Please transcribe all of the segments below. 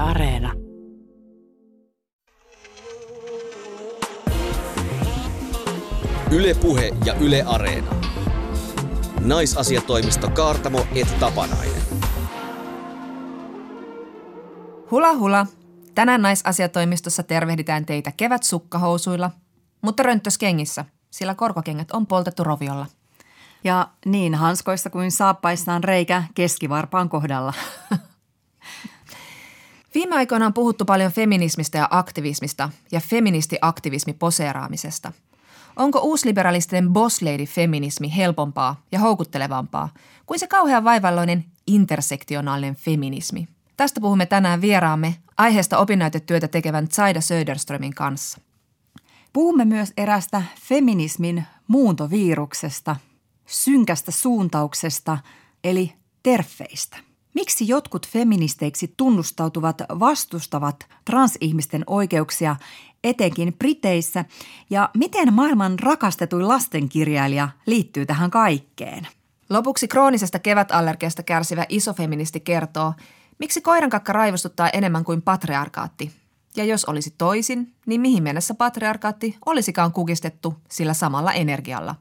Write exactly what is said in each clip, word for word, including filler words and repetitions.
Areena. Yle Puhe ja Yle Areena. Naisasiatoimisto Kaartamo et Tapanainen. Hula hula. Tänään naisasiatoimistossa tervehditään teitä kevätsukkahousuilla, mutta rönttöskengissä, sillä korkokengät on poltettu roviolla. Ja niin hanskoissa kuin saappaissa on reikä keskivarpaan kohdalla. Viime aikoina on puhuttu paljon feminismistä ja aktivismista ja feministiaktivismi-poseeraamisesta. Onko uusliberalistinen boss lady feminismi helpompaa ja houkuttelevampaa kuin se kauhean vaivalloinen intersektionaalinen feminismi? Tästä puhumme tänään vieraamme aiheesta opinnäytetyötä tekevän Zaida Söderströmin kanssa. Puhumme myös erästä feminismin muuntoviruksesta, synkästä suuntauksesta eli terfeistä. Miksi jotkut feministeiksi tunnustautuvat vastustavat transihmisten oikeuksia etenkin Briteissä ja miten maailman rakastetuin lastenkirjailija liittyy tähän kaikkeen? Lopuksi kroonisesta kevätallergiasta kärsivä isofeministi kertoo, miksi koirankakka raivostuttaa enemmän kuin patriarkaatti. Ja jos olisi toisin, niin mihin mennessä patriarkaatti olisikaan kukistettu sillä samalla energialla?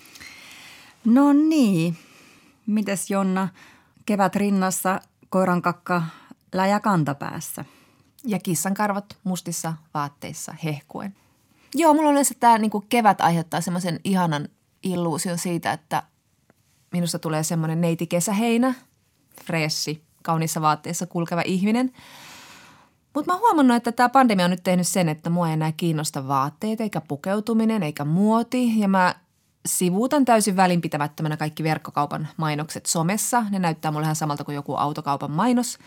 No niin, mites Jonna, kevät rinnassa, koirankakka läjä kantapäässä. Ja kissankarvat mustissa vaatteissa hehkuen. Joo, mulla on yleensä tämä niin kevät aiheuttaa semmoisen ihanan illuusion siitä, että minusta tulee semmoinen neiti kesäheinä, freessi, kauniissa vaatteissa kulkeva ihminen. Mutta mä oon huomannut, että tämä pandemia on nyt tehnyt sen, että mua ei enää kiinnosta vaatteet, eikä pukeutuminen, eikä muoti. Ja mä sivuutan täysin välinpitämättömänä kaikki verkkokaupan mainokset somessa. Ne näyttää mulle ihan samalta kuin joku autokaupan mainos.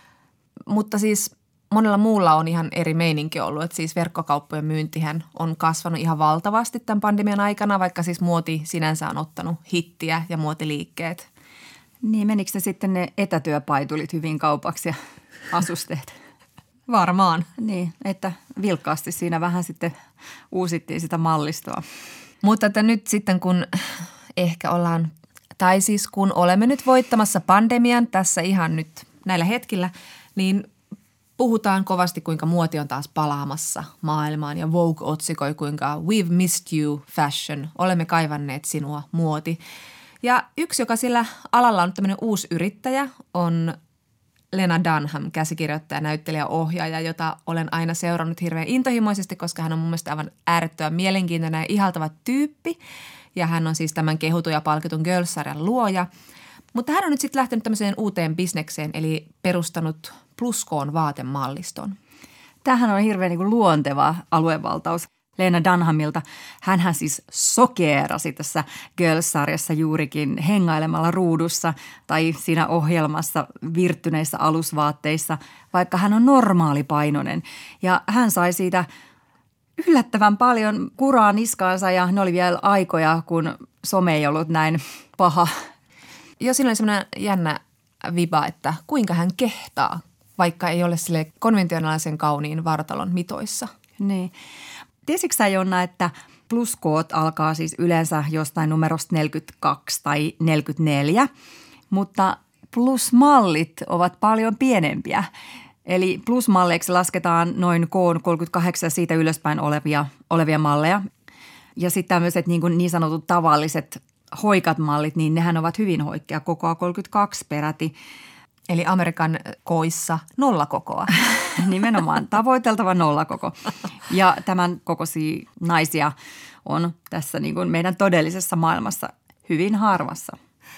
Mutta siis monella muulla on ihan eri meininki ollut, että siis verkkokauppojen myyntihän on kasvanut ihan valtavasti tämän pandemian aikana, vaikka siis muoti sinänsä on ottanut hittiä ja muotiliikkeet. Niin, menikö ne sitten ne etätyöpaitulit hyvin kaupaksi ja asusteet? Varmaan. Niin, että vilkkaasti siinä vähän sitten uusittiin sitä mallistoa. Mutta että nyt sitten kun ehkä ollaan, tai siis kun olemme nyt voittamassa pandemian tässä ihan nyt näillä hetkillä, niin puhutaan kovasti, kuinka muoti on taas palaamassa maailmaan ja Vogue otsikoi, kuinka we've missed you fashion, olemme kaivanneet sinua muoti. Ja yksi, joka sillä alalla on tämmöinen uusi yrittäjä, on Lena Dunham, käsikirjoittaja, näyttelijä, ohjaaja, jota olen aina seurannut hirveän intohimoisesti, koska hän on mun mielestä aivan äärettömän mielenkiintoinen ja ihaltava tyyppi. Ja hän on siis tämän kehutun ja palkitun Girls-sarjan luoja. Mutta hän on nyt sitten lähtenyt tämmöiseen uuteen bisnekseen, eli perustanut Pluskoon vaatemalliston. Tämähän on hirveän niin kuin luonteva aluevaltaus Lena Dunhamilta. Hänhän siis sokeerasi tässä Girls-sarjassa juurikin hengailemalla ruudussa tai siinä ohjelmassa virttyneissä alusvaatteissa, vaikka hän on normaalipainoinen. Ja hän sai siitä yllättävän paljon kuraa niskaansa ja ne oli vielä aikoja, kun some ei ollut näin paha. Joo, siinä oli semmoinen jännä viba, että kuinka hän kehtaa, vaikka ei ole sille konventionaalisen kauniin vartalon mitoissa. Niin. Tiesitkö sä, Jonna, että pluskoot alkaa siis yleensä jostain numerosta neljäkymmentäkaksi tai neljäkymmentäneljä, mutta plusmallit ovat paljon pienempiä. Eli plusmalleiksi lasketaan noin koon kolmekymmentäkahdeksan ja siitä ylöspäin olevia, olevia malleja. Ja sitten tämmöiset niin, niin sanotut tavalliset hoikat mallit, niin nehän ovat hyvin hoikkia, kokoa kolmekymmentäkaksi peräti. Eli Amerikan koissa nollakokoa. Nimenomaan tavoiteltava nollakoko. Ja tämän kokoisia naisia on tässä niin kuin meidän todellisessa maailmassa hyvin harvassa.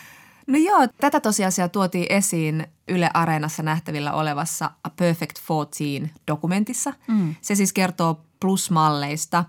No joo, tätä tosiasiaa tuotiin esiin Yle Areenassa nähtävillä olevassa A Perfect neljätoista-dokumentissa. Mm. Se siis kertoo plusmalleista.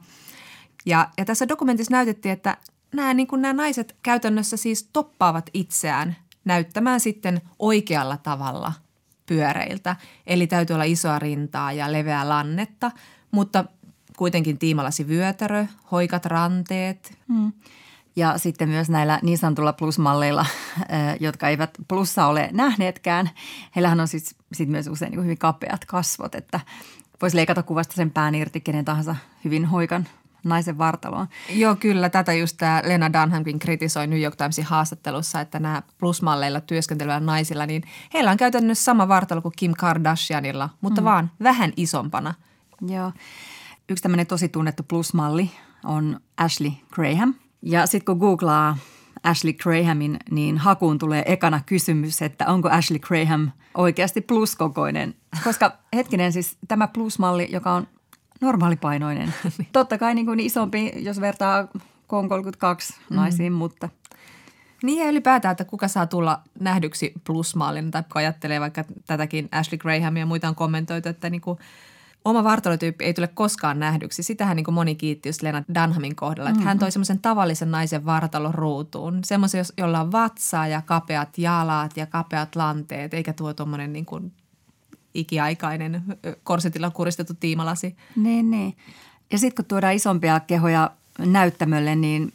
Ja, ja tässä dokumentissa näytettiin, että nämä, niin kuin nämä naiset käytännössä siis toppaavat itseään näyttämään sitten oikealla tavalla pyöreiltä. Eli täytyy olla isoa rintaa ja leveää lannetta, mutta kuitenkin tiimalasi vyötärö, hoikat ranteet. Hmm. Ja sitten myös näillä niin sanotulla plusmalleilla, jotka eivät plussa ole nähneetkään, heillähän on siis sit myös usein niin hyvin kapeat kasvot, että voisi leikata kuvasta sen pään irti kenen tahansa hyvin hoikan naisen vartaloon. Joo, kyllä. Tätä just tämä Lena Dunhamkin kritisoi New York Timesin haastattelussa, että nämä plusmalleilla työskentelevillä naisilla, niin heillä on käytännössä sama vartalo kuin Kim Kardashianilla, mutta mm. vaan vähän isompana. Joo. Yksi tämmöinen tosi tunnettu plusmalli on Ashley Graham. Ja sitten kun googlaa Ashley Grahamin, niin hakuun tulee ekana kysymys, että onko Ashley Graham oikeasti pluskokoinen. Koska hetkinen siis tämä plusmalli, joka on normaalipainoinen. Totta kai niin kuin isompi, jos vertaa K kolmekymmentäkaksi naisiin, mm. mutta... Niin ja ylipäätään, että kuka saa tulla nähdyksi plusmallina, tai kun ajattelee vaikka tätäkin Ashley Grahamia ja muita on kommentoitu, että niin kuin oma vartalotyyppi ei tule koskaan nähdyksi. Sitähän niin kuin moni kiitti just Lena Dunhamin kohdalla, että mm-hmm. hän toi semmoisen tavallisen naisen vartalon ruutuun. Semmoisen, jolla on vatsaa ja kapeat jalat ja kapeat lanteet, eikä tuo tuommoinen niin kuin ikiaikainen korsetilla kuristettu tiimalasi. Niin, niin. Ja sitten kun tuodaan isompia kehoja näyttämölle, niin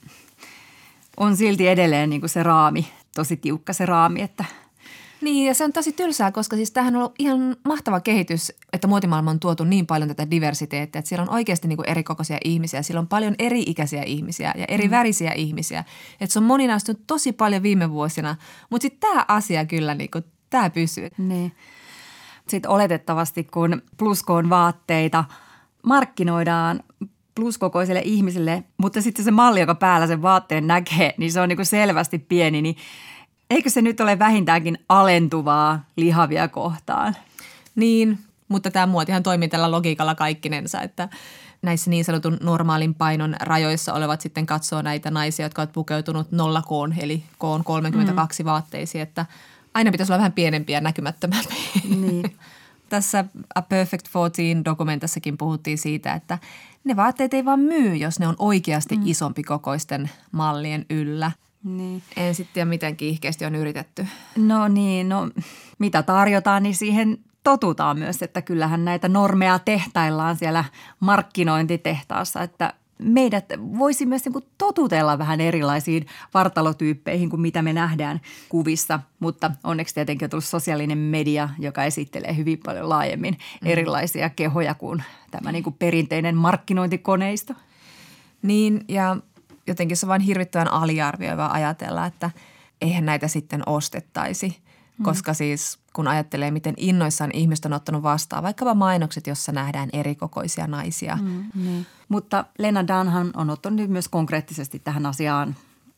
on silti edelleen niin kuin se raami, tosi tiukka se raami, että... Niin ja se on tosi tylsää, koska siis tämähän on ollut ihan mahtava kehitys, että muotimaailma on tuotu niin paljon tätä diversiteettiä, että siellä on oikeasti niin kuin erikokoisia ihmisiä, siellä on paljon eri-ikäisiä ihmisiä ja eri mm. värisiä ihmisiä. Että se on moninaistunut tosi paljon viime vuosina, mutta sitten tämä asia kyllä, niin kuin, tämä pysyy. Niin. Sitten oletettavasti, kun pluskoon vaatteita markkinoidaan pluskokoiselle ihmiselle, mutta sitten se malli, joka päällä sen vaatteen näkee, niin se on niin kuin selvästi pieni, niin eikö se nyt ole vähintäänkin alentuvaa lihavia kohtaan? Niin, mutta tämä muotihan toimii tällä logiikalla kaikkinensa, että näissä niin sanotun normaalin painon rajoissa olevat sitten katsoo näitä naisia, jotka ovat pukeutunut nollakoon, eli koon kolmekymmentäkaksi mm. vaatteisiin, että aina pitäisi olla vähän pienempiä ja näkymättömämpiä. Niin. Tässä A Perfect neljätoista-dokumentissakin puhuttiin siitä, että ne vaatteet ei vaan myy, jos ne on oikeasti mm. isompi kokoisten mallien yllä. Niin. En sitten tiedä, miten kiihkeästi on yritetty. No niin, no mitä tarjotaan, niin siihen totutaan myös, että kyllähän näitä normeja tehtaillaan siellä markkinointitehtaassa, että meidät voisi myös niin kuin totutella vähän erilaisiin vartalotyyppeihin kuin mitä me nähdään kuvissa, mutta onneksi tietenkin on tullut sosiaalinen media, joka esittelee hyvin paljon laajemmin mm. erilaisia kehoja kuin tämä niin kuin perinteinen markkinointikoneisto. Niin ja jotenkin se on vain hirvittävän aliarvioivaa ajatella, että eihän näitä sitten ostettaisi, mm. koska siis kun ajattelee, miten innoissaan ihmiset on ottanut vastaan vaikkapa mainokset, jossa nähdään erikokoisia naisia. Mm, niin. Mutta Lena Dunham on ottanut myös konkreettisesti tähän asiaan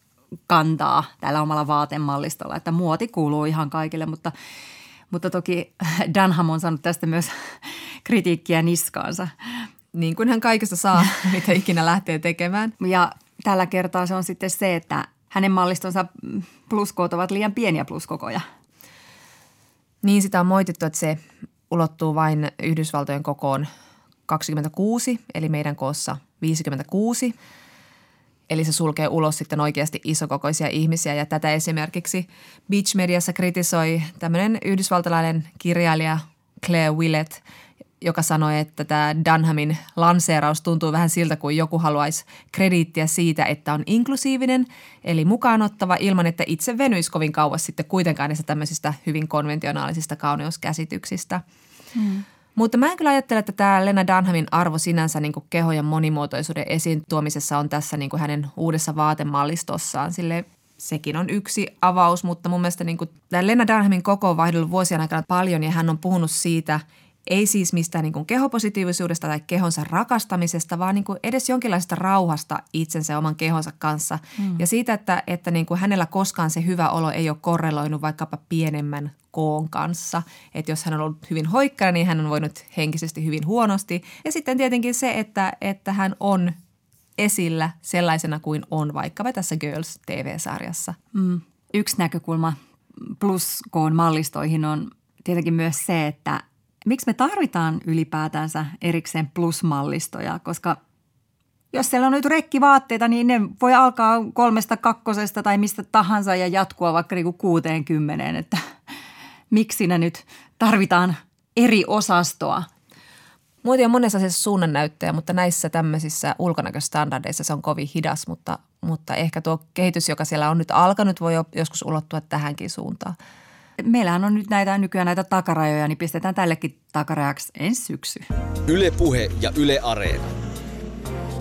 kantaa tällä omalla vaatemallistolla, että muoti kuuluu ihan kaikille, mutta, mutta toki Dunham on saanut tästä myös kritiikkiä niskaansa. Niin kuin hän kaikesta saa, mitä ikinä lähtee tekemään. Ja tällä kertaa se on sitten se, että hänen mallistonsa pluskoot ovat liian pieniä pluskokoja. Niin sitä on moitittu, että se ulottuu vain Yhdysvaltojen kokoon kaksikymmentäkuusi, eli meidän koossa viisikymmentäkuusi. Eli se sulkee ulos sitten oikeasti isokokoisia ihmisiä ja tätä esimerkiksi Beach Mediassa kritisoi tämmöinen yhdysvaltalainen kirjailija Claire Willett, joka sanoi, että tämä Dunhamin lanseeraus tuntuu vähän siltä, kuin joku haluaisi krediittiä siitä, että on inklusiivinen, eli mukaanottava ilman, että itse venyisi kovin kauas sitten kuitenkaan niistä tämmöisistä hyvin konventionaalisista kauneuskäsityksistä. Hmm. Mutta mä en kyllä ajattele, että tämä Lena Dunhamin arvo sinänsä niin kuin kehojen monimuotoisuuden esiin tuomisessa on tässä niin kuin hänen uudessa vaatemallistossaan. Sille sekin on yksi avaus, mutta mun mielestä niin kuin tämä Lena Dunhamin koko on vaihdellut vuosien aikana paljon ja hän on puhunut siitä, ei siis mistään niin kuin kehopositiivisuudesta tai kehonsa rakastamisesta, vaan niin kuin edes jonkinlaisesta rauhasta itsensä ja oman kehonsa kanssa. Mm. Ja siitä, että, että niin kuin hänellä koskaan se hyvä olo ei ole korreloinut vaikkapa pienemmän koon kanssa. Että jos hän on ollut hyvin hoikkana, niin hän on voinut henkisesti hyvin huonosti. Ja sitten tietenkin se, että, että hän on esillä sellaisena kuin on vaikkapa tässä Girls-T V-sarjassa. Mm. Yksi näkökulma pluskoon mallistoihin on tietenkin myös se, että miksi me tarvitaan ylipäätänsä erikseen plusmallistoja, koska jos siellä on nyt rekkivaatteita, niin ne voi alkaa kolmesta kakkosesta tai mistä tahansa ja jatkua vaikka niinku kuuteen kymmeneen, että miksi siinä nyt tarvitaan eri osastoa. Muoti on monessa asiassa suunnannäyttäjä, mutta näissä tämmöisissä ulkonäköstandardeissa se on kovin hidas, mutta, mutta ehkä tuo kehitys, joka siellä on nyt alkanut, voi joskus ulottua tähänkin suuntaan. Meillähän on nyt näitä nykyään näitä takarajoja, niin pistetään tällekin takarajaksi ensi syksy. Yle Puhe ja Yle Areena.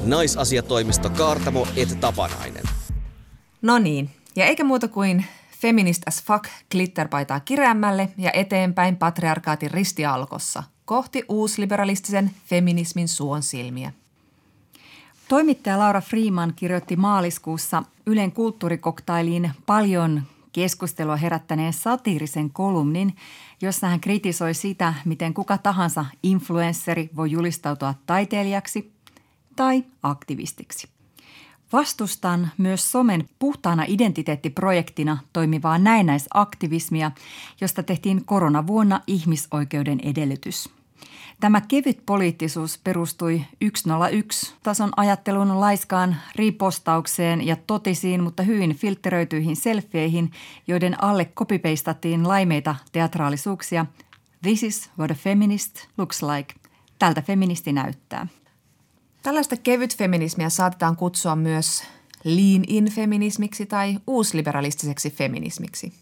Naisasiatoimisto Kaartamo et Tapanainen. No niin, ja eikä muuta kuin feminist as fuck glitterpaitaa kireämmälle ja eteenpäin patriarkaatin ristialkossa kohti uusliberalistisen feminismin suon silmiä. Toimittaja Laura Freeman kirjoitti maaliskuussa Ylen kulttuurikoktailiin paljon keskustelua herättäneen satiirisen kolumnin, jossa hän kritisoi sitä, miten kuka tahansa influensseri voi julistautua taiteilijaksi tai aktivistiksi. Vastustan myös somen puhtaana identiteettiprojektina toimivaa näennäisaktivismia, josta tehtiin koronavuonna ihmisoikeuden edellytys. Tämä kevyt poliittisuus perustui yksi nolla yksi tason ajattelun laiskaan ripostaukseen ja totisiin, mutta hyvin filtteröityihin selfieihin, joiden alle copypastattiin laimeita teatraalisuuksia. This is what a feminist looks like. Tältä feministi näyttää. Tällaista kevytfeminismiä saatetaan kutsua myös lean-in-feminismiksi tai uusliberalistiseksi feminismiksi.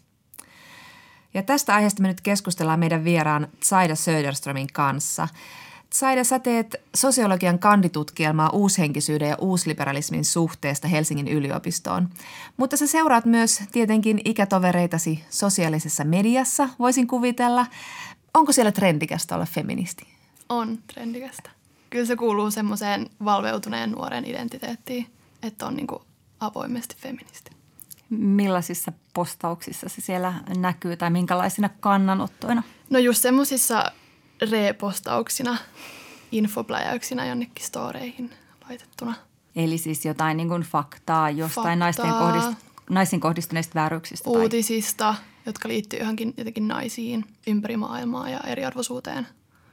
Ja tästä aiheesta me nyt keskustellaan meidän vieraan Zaida Söderströmin kanssa. Zaida, sä teet sosiologian kanditutkielmaa uushenkisyyden ja uusliberalismin suhteesta Helsingin yliopistoon. Mutta sä seuraat myös tietenkin ikätovereitasi sosiaalisessa mediassa, voisin kuvitella. Onko siellä trendikästä olla feministi? On trendikästä. Kyllä se kuuluu semmoiseen valveutuneen nuoren identiteettiin, että on niinku avoimesti feministi. Millaisissa postauksissa se siellä näkyy tai minkälaisina kannanottoina? No just semmoisissa repostauksina, infopläjäyksinä jonnekin storeihin laitettuna. Eli siis jotain niin kuin faktaa jostain Faktaa, naisten kohdist, naisiin kohdistuneista vääryyksistä? Tai... Uutisista, jotka liittyy johonkin jotenkin naisiin ympäri maailmaa ja eriarvoisuuteen.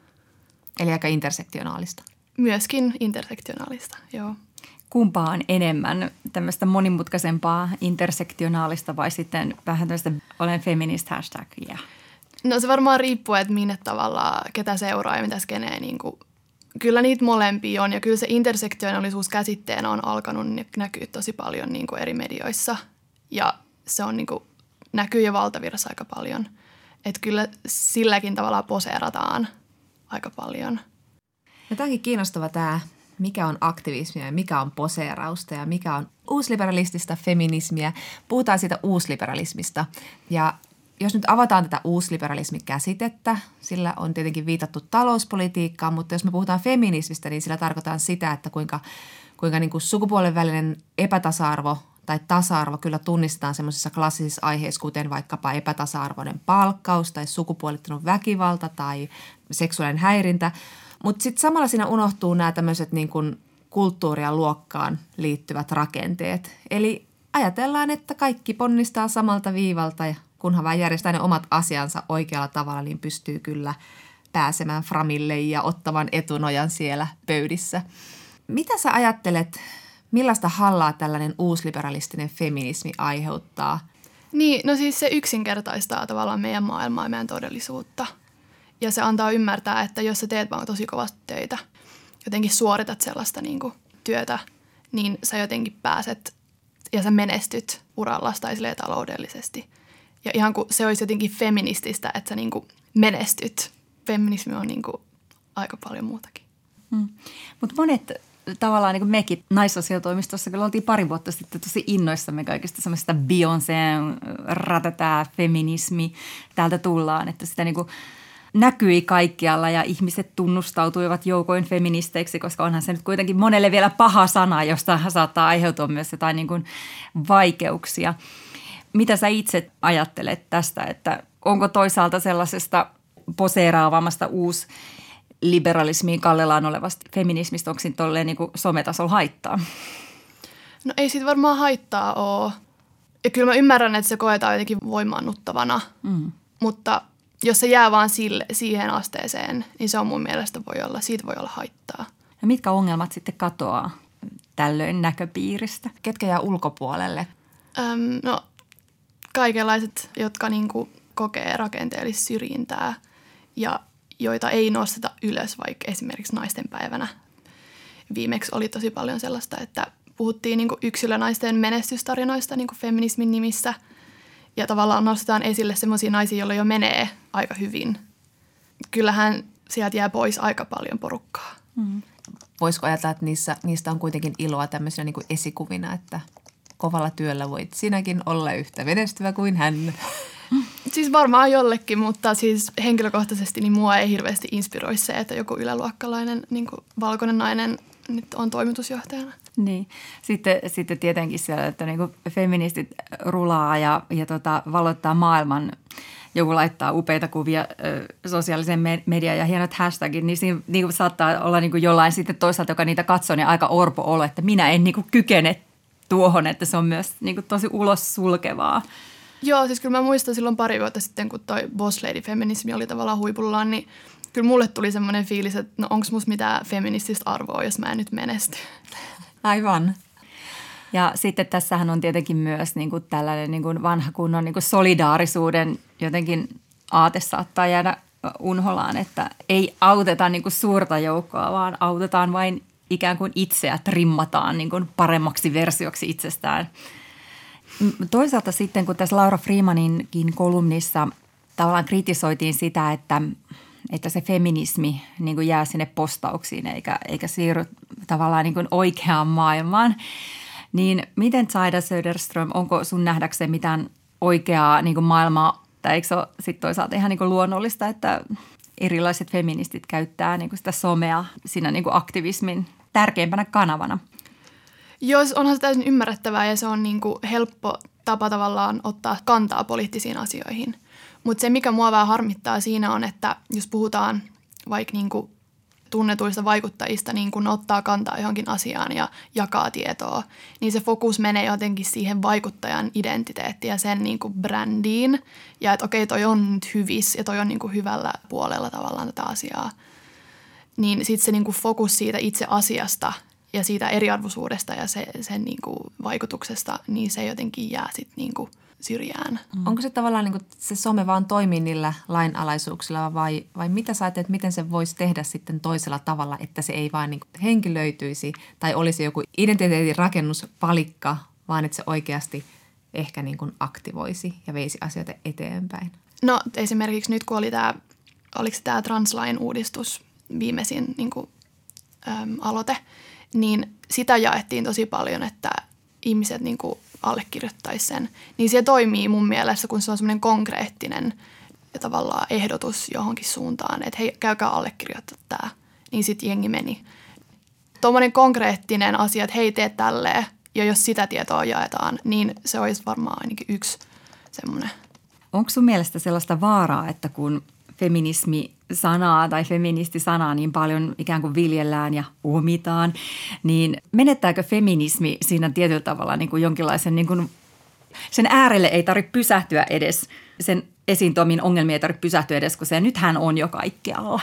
Eli aika intersektionaalista. Myöskin intersektionaalista, joo. Kumpaa on enemmän, tämmöistä monimutkaisempaa intersektionaalista vai sitten vähän tämmöistä olen feminist hashtag, yeah. No se varmaan riippuu, että minne tavallaan, ketä seuraa ja mitä skenee. Niin kuin, kyllä niitä molempia on ja kyllä se intersektionaalisuus käsitteenä on alkanut näkyä tosi paljon niin kuin eri medioissa. Ja se on niin kuin, näkyy jo valtavirrassa aika paljon. Että kyllä silläkin tavalla poseerataan aika paljon. No tämä onkin kiinnostava tämä, mikä on aktivismia ja mikä on poseerausta ja mikä on uusliberalistista feminismiä. Puhutaan siitä uusliberalismista ja jos nyt avataan tätä uusliberalismikäsitettä, sillä on tietenkin viitattu talouspolitiikkaan, mutta jos me puhutaan feminismistä, niin sillä tarkoitaan sitä, että kuinka, kuinka niin kuin sukupuolen välinen epätasa-arvo tai tasa-arvo kyllä tunnistetaan semmoisissa klassisissa aiheissa, kuten vaikkapa epätasa-arvoinen palkkaus tai sukupuolittunut väkivalta tai seksuaalinen häirintä. Mutta sitten samalla siinä unohtuu nämä tämmöiset niin kuin kulttuuri- ja luokkaan liittyvät rakenteet. Eli ajatellaan, että kaikki ponnistaa samalta viivalta ja kunhan vain järjestää ne omat asiansa oikealla tavalla, niin pystyy kyllä pääsemään framille ja ottavan etunojan siellä pöydissä. Mitä sä ajattelet, millaista hallaa tällainen uusliberalistinen feminismi aiheuttaa? Niin, no siis se yksinkertaistaa tavallaan meidän maailmaa ja meidän todellisuutta. Ja se antaa ymmärtää, että jos sä teet vaan tosi kovasti töitä, jotenkin suoritat sellaista niin kuin työtä, niin sä jotenkin pääset ja sä menestyt urallasi tai silleen taloudellisesti. Ja ihan kuin se olisi jotenkin feminististä, että sä niin kuin menestyt. Feminismi on niin kuin aika paljon muutakin. Hmm. Mutta monet tavallaan niin kuin mekin naisasiatoimistossa, kun oltiin pari vuotta sitten tosi innoissamme kaikista semmoista Beyoncéen ratatää feminismi. Täältä tullaan, että sitä niin kuin näkyi kaikkialla ja ihmiset tunnustautuivat joukoin feministeiksi, koska onhan se nyt kuitenkin monelle vielä paha sana, josta saattaa aiheutua myös jotain niin kuin vaikeuksia. Mitä sä itse ajattelet tästä, että onko toisaalta sellaisesta poseeraavammasta uusliberalismiin kallellaan olevasta feminismistä, onko siinä tolleen niin kuin sometasolla haittaa? No ei siitä varmaan haittaa ole. Ja kyllä mä ymmärrän, että se koetaan jotenkin voimaannuttavana, mm. mutta jos se jää vaan sille, siihen asteeseen, niin se on mun mielestä voi olla, siitä voi olla haittaa. No mitkä ongelmat sitten katoaa tällöin näköpiiristä? Ketkä jää ulkopuolelle? Öm, no kaikenlaiset, jotka niinku kokee rakenteellista syrjintää ja joita ei nosteta ylös vaikka esimerkiksi naistenpäivänä. Viimeksi oli tosi paljon sellaista, että puhuttiin niinku yksilönaisten menestystarinoista niinku feminismin nimissä ja tavallaan nostetaan esille semmoisia naisia, joilla jo menee aika hyvin. Kyllähän sieltä jää pois aika paljon porukkaa. Mm. voisiko ajatella, että niissä, niistä on kuitenkin iloa tämmöisenä niin kuin esikuvina, että kovalla työllä voit sinäkin olla yhtä menestyvä kuin hän. Siis varmaan jollekin, mutta siis henkilökohtaisesti niin mua ei hirveästi inspiroi se, että joku yläluokkalainen niin kuin valkoinen nainen nyt on toimitusjohtajana. Niin. Sitten, sitten tietenkin siellä, että niin kuin feministit rulaa ja, ja tota, valottaa maailman. Joku laittaa upeita kuvia ö, sosiaalisen mediaan ja hienot hashtagit, niin siinä niin kuin saattaa olla niin kuin jollain sitten toisaalta, joka niitä katsoo, niin aika orpo olo, että minä en niin kuin kykene tuohon, että se on myös niin kuin tosi ulos sulkevaa. Joo, siis kyllä mä muistan silloin pari vuotta sitten, kun toi Boss Lady-feminismi oli tavallaan huipullaan, niin kyllä mulle tuli semmoinen fiilis, että no onko musta mitään feminististä arvoa, jos mä en nyt menesty. Aivan. Ja sitten tässähän on tietenkin myös niin kuin tällainen niin kuin vanha kunnon niin kuin solidaarisuuden jotenkin aate saattaa jäädä unholaan, että ei auteta niin kuin suurta joukkoa, vaan autetaan vain ikään kuin itseä, trimmataan niin kuin paremmaksi versioksi itsestään. Toisaalta sitten, kun tässä Laura Freemaninkin kolumnissa tavallaan kritisoitiin sitä, että, että se feminismi niin kuin jää sinne postauksiin eikä, eikä siirry tavallaan niin kuin oikeaan maailmaan, niin miten Zaida Söderström, onko sun nähdäkseen mitään oikeaa niin kuin maailmaa, tai eikö se ole sitten toisaalta ihan niin kuin luonnollista, että erilaiset feministit käyttää niin kuin sitä somea siinä niin kuin aktivismin tärkeimpänä kanavana? Joo, onhan se täysin ymmärrettävää ja se on niin kuin helppo tapa tavallaan ottaa kantaa poliittisiin asioihin. Mutta se, mikä mua vähän harmittaa siinä on, että jos puhutaan vaikka niin kuin tunnetuista vaikuttajista, niin kun ottaa kantaa johonkin asiaan ja jakaa tietoa, niin se fokus menee jotenkin siihen vaikuttajan identiteettiin ja sen niin kuin brändiin. Ja että okei, toi on nyt hyvis ja toi on niin kuin hyvällä puolella tavallaan tätä asiaa. Niin sitten se niin kuin fokus siitä itse asiasta ja siitä eriarvoisuudesta ja se, sen niin kuin vaikutuksesta, niin se jotenkin jää sitten niin kuin syrjään. Mm. Onko se tavallaan niin kuin se some vaan toimii niillä lainalaisuuksilla vai, vai mitä sä ajattelet, että miten se voisi tehdä sitten toisella tavalla, että se ei vaan niin kuin henkilöityisi tai olisi joku identiteetin rakennuspalikka, vaan että se oikeasti ehkä niin kuin aktivoisi ja veisi asioita eteenpäin? No esimerkiksi nyt kun oli tämä, oliko tämä translain uudistus viimeisin niin kuin, äm, aloite, niin sitä jaettiin tosi paljon, että ihmiset niin kuin allekirjoittaisi sen. Niin se toimii mun mielestä, kun se on semmoinen konkreettinen tavallaan ehdotus johonkin suuntaan, että hei, käykää allekirjoittaa tämä. Niin sitten jengi meni. Tuommoinen konkreettinen asia, että hei, tee tälleen, ja jos sitä tietoa jaetaan, niin se olisi varmaan ainakin yksi semmoinen. Onko sun mielestä sellaista vaaraa, että kun feminismi-sanaa tai feministi-sanaa niin paljon ikään kuin viljellään ja omitaan, niin menettääkö feminismi siinä tietyllä tavalla niin kuin jonkinlaisen, niin kuin, sen äärelle ei tarvitse pysähtyä edes, sen esiin tuomiin ongelmia ei tarvitse pysähtyä edes, kun se nythän on jo kaikkialla?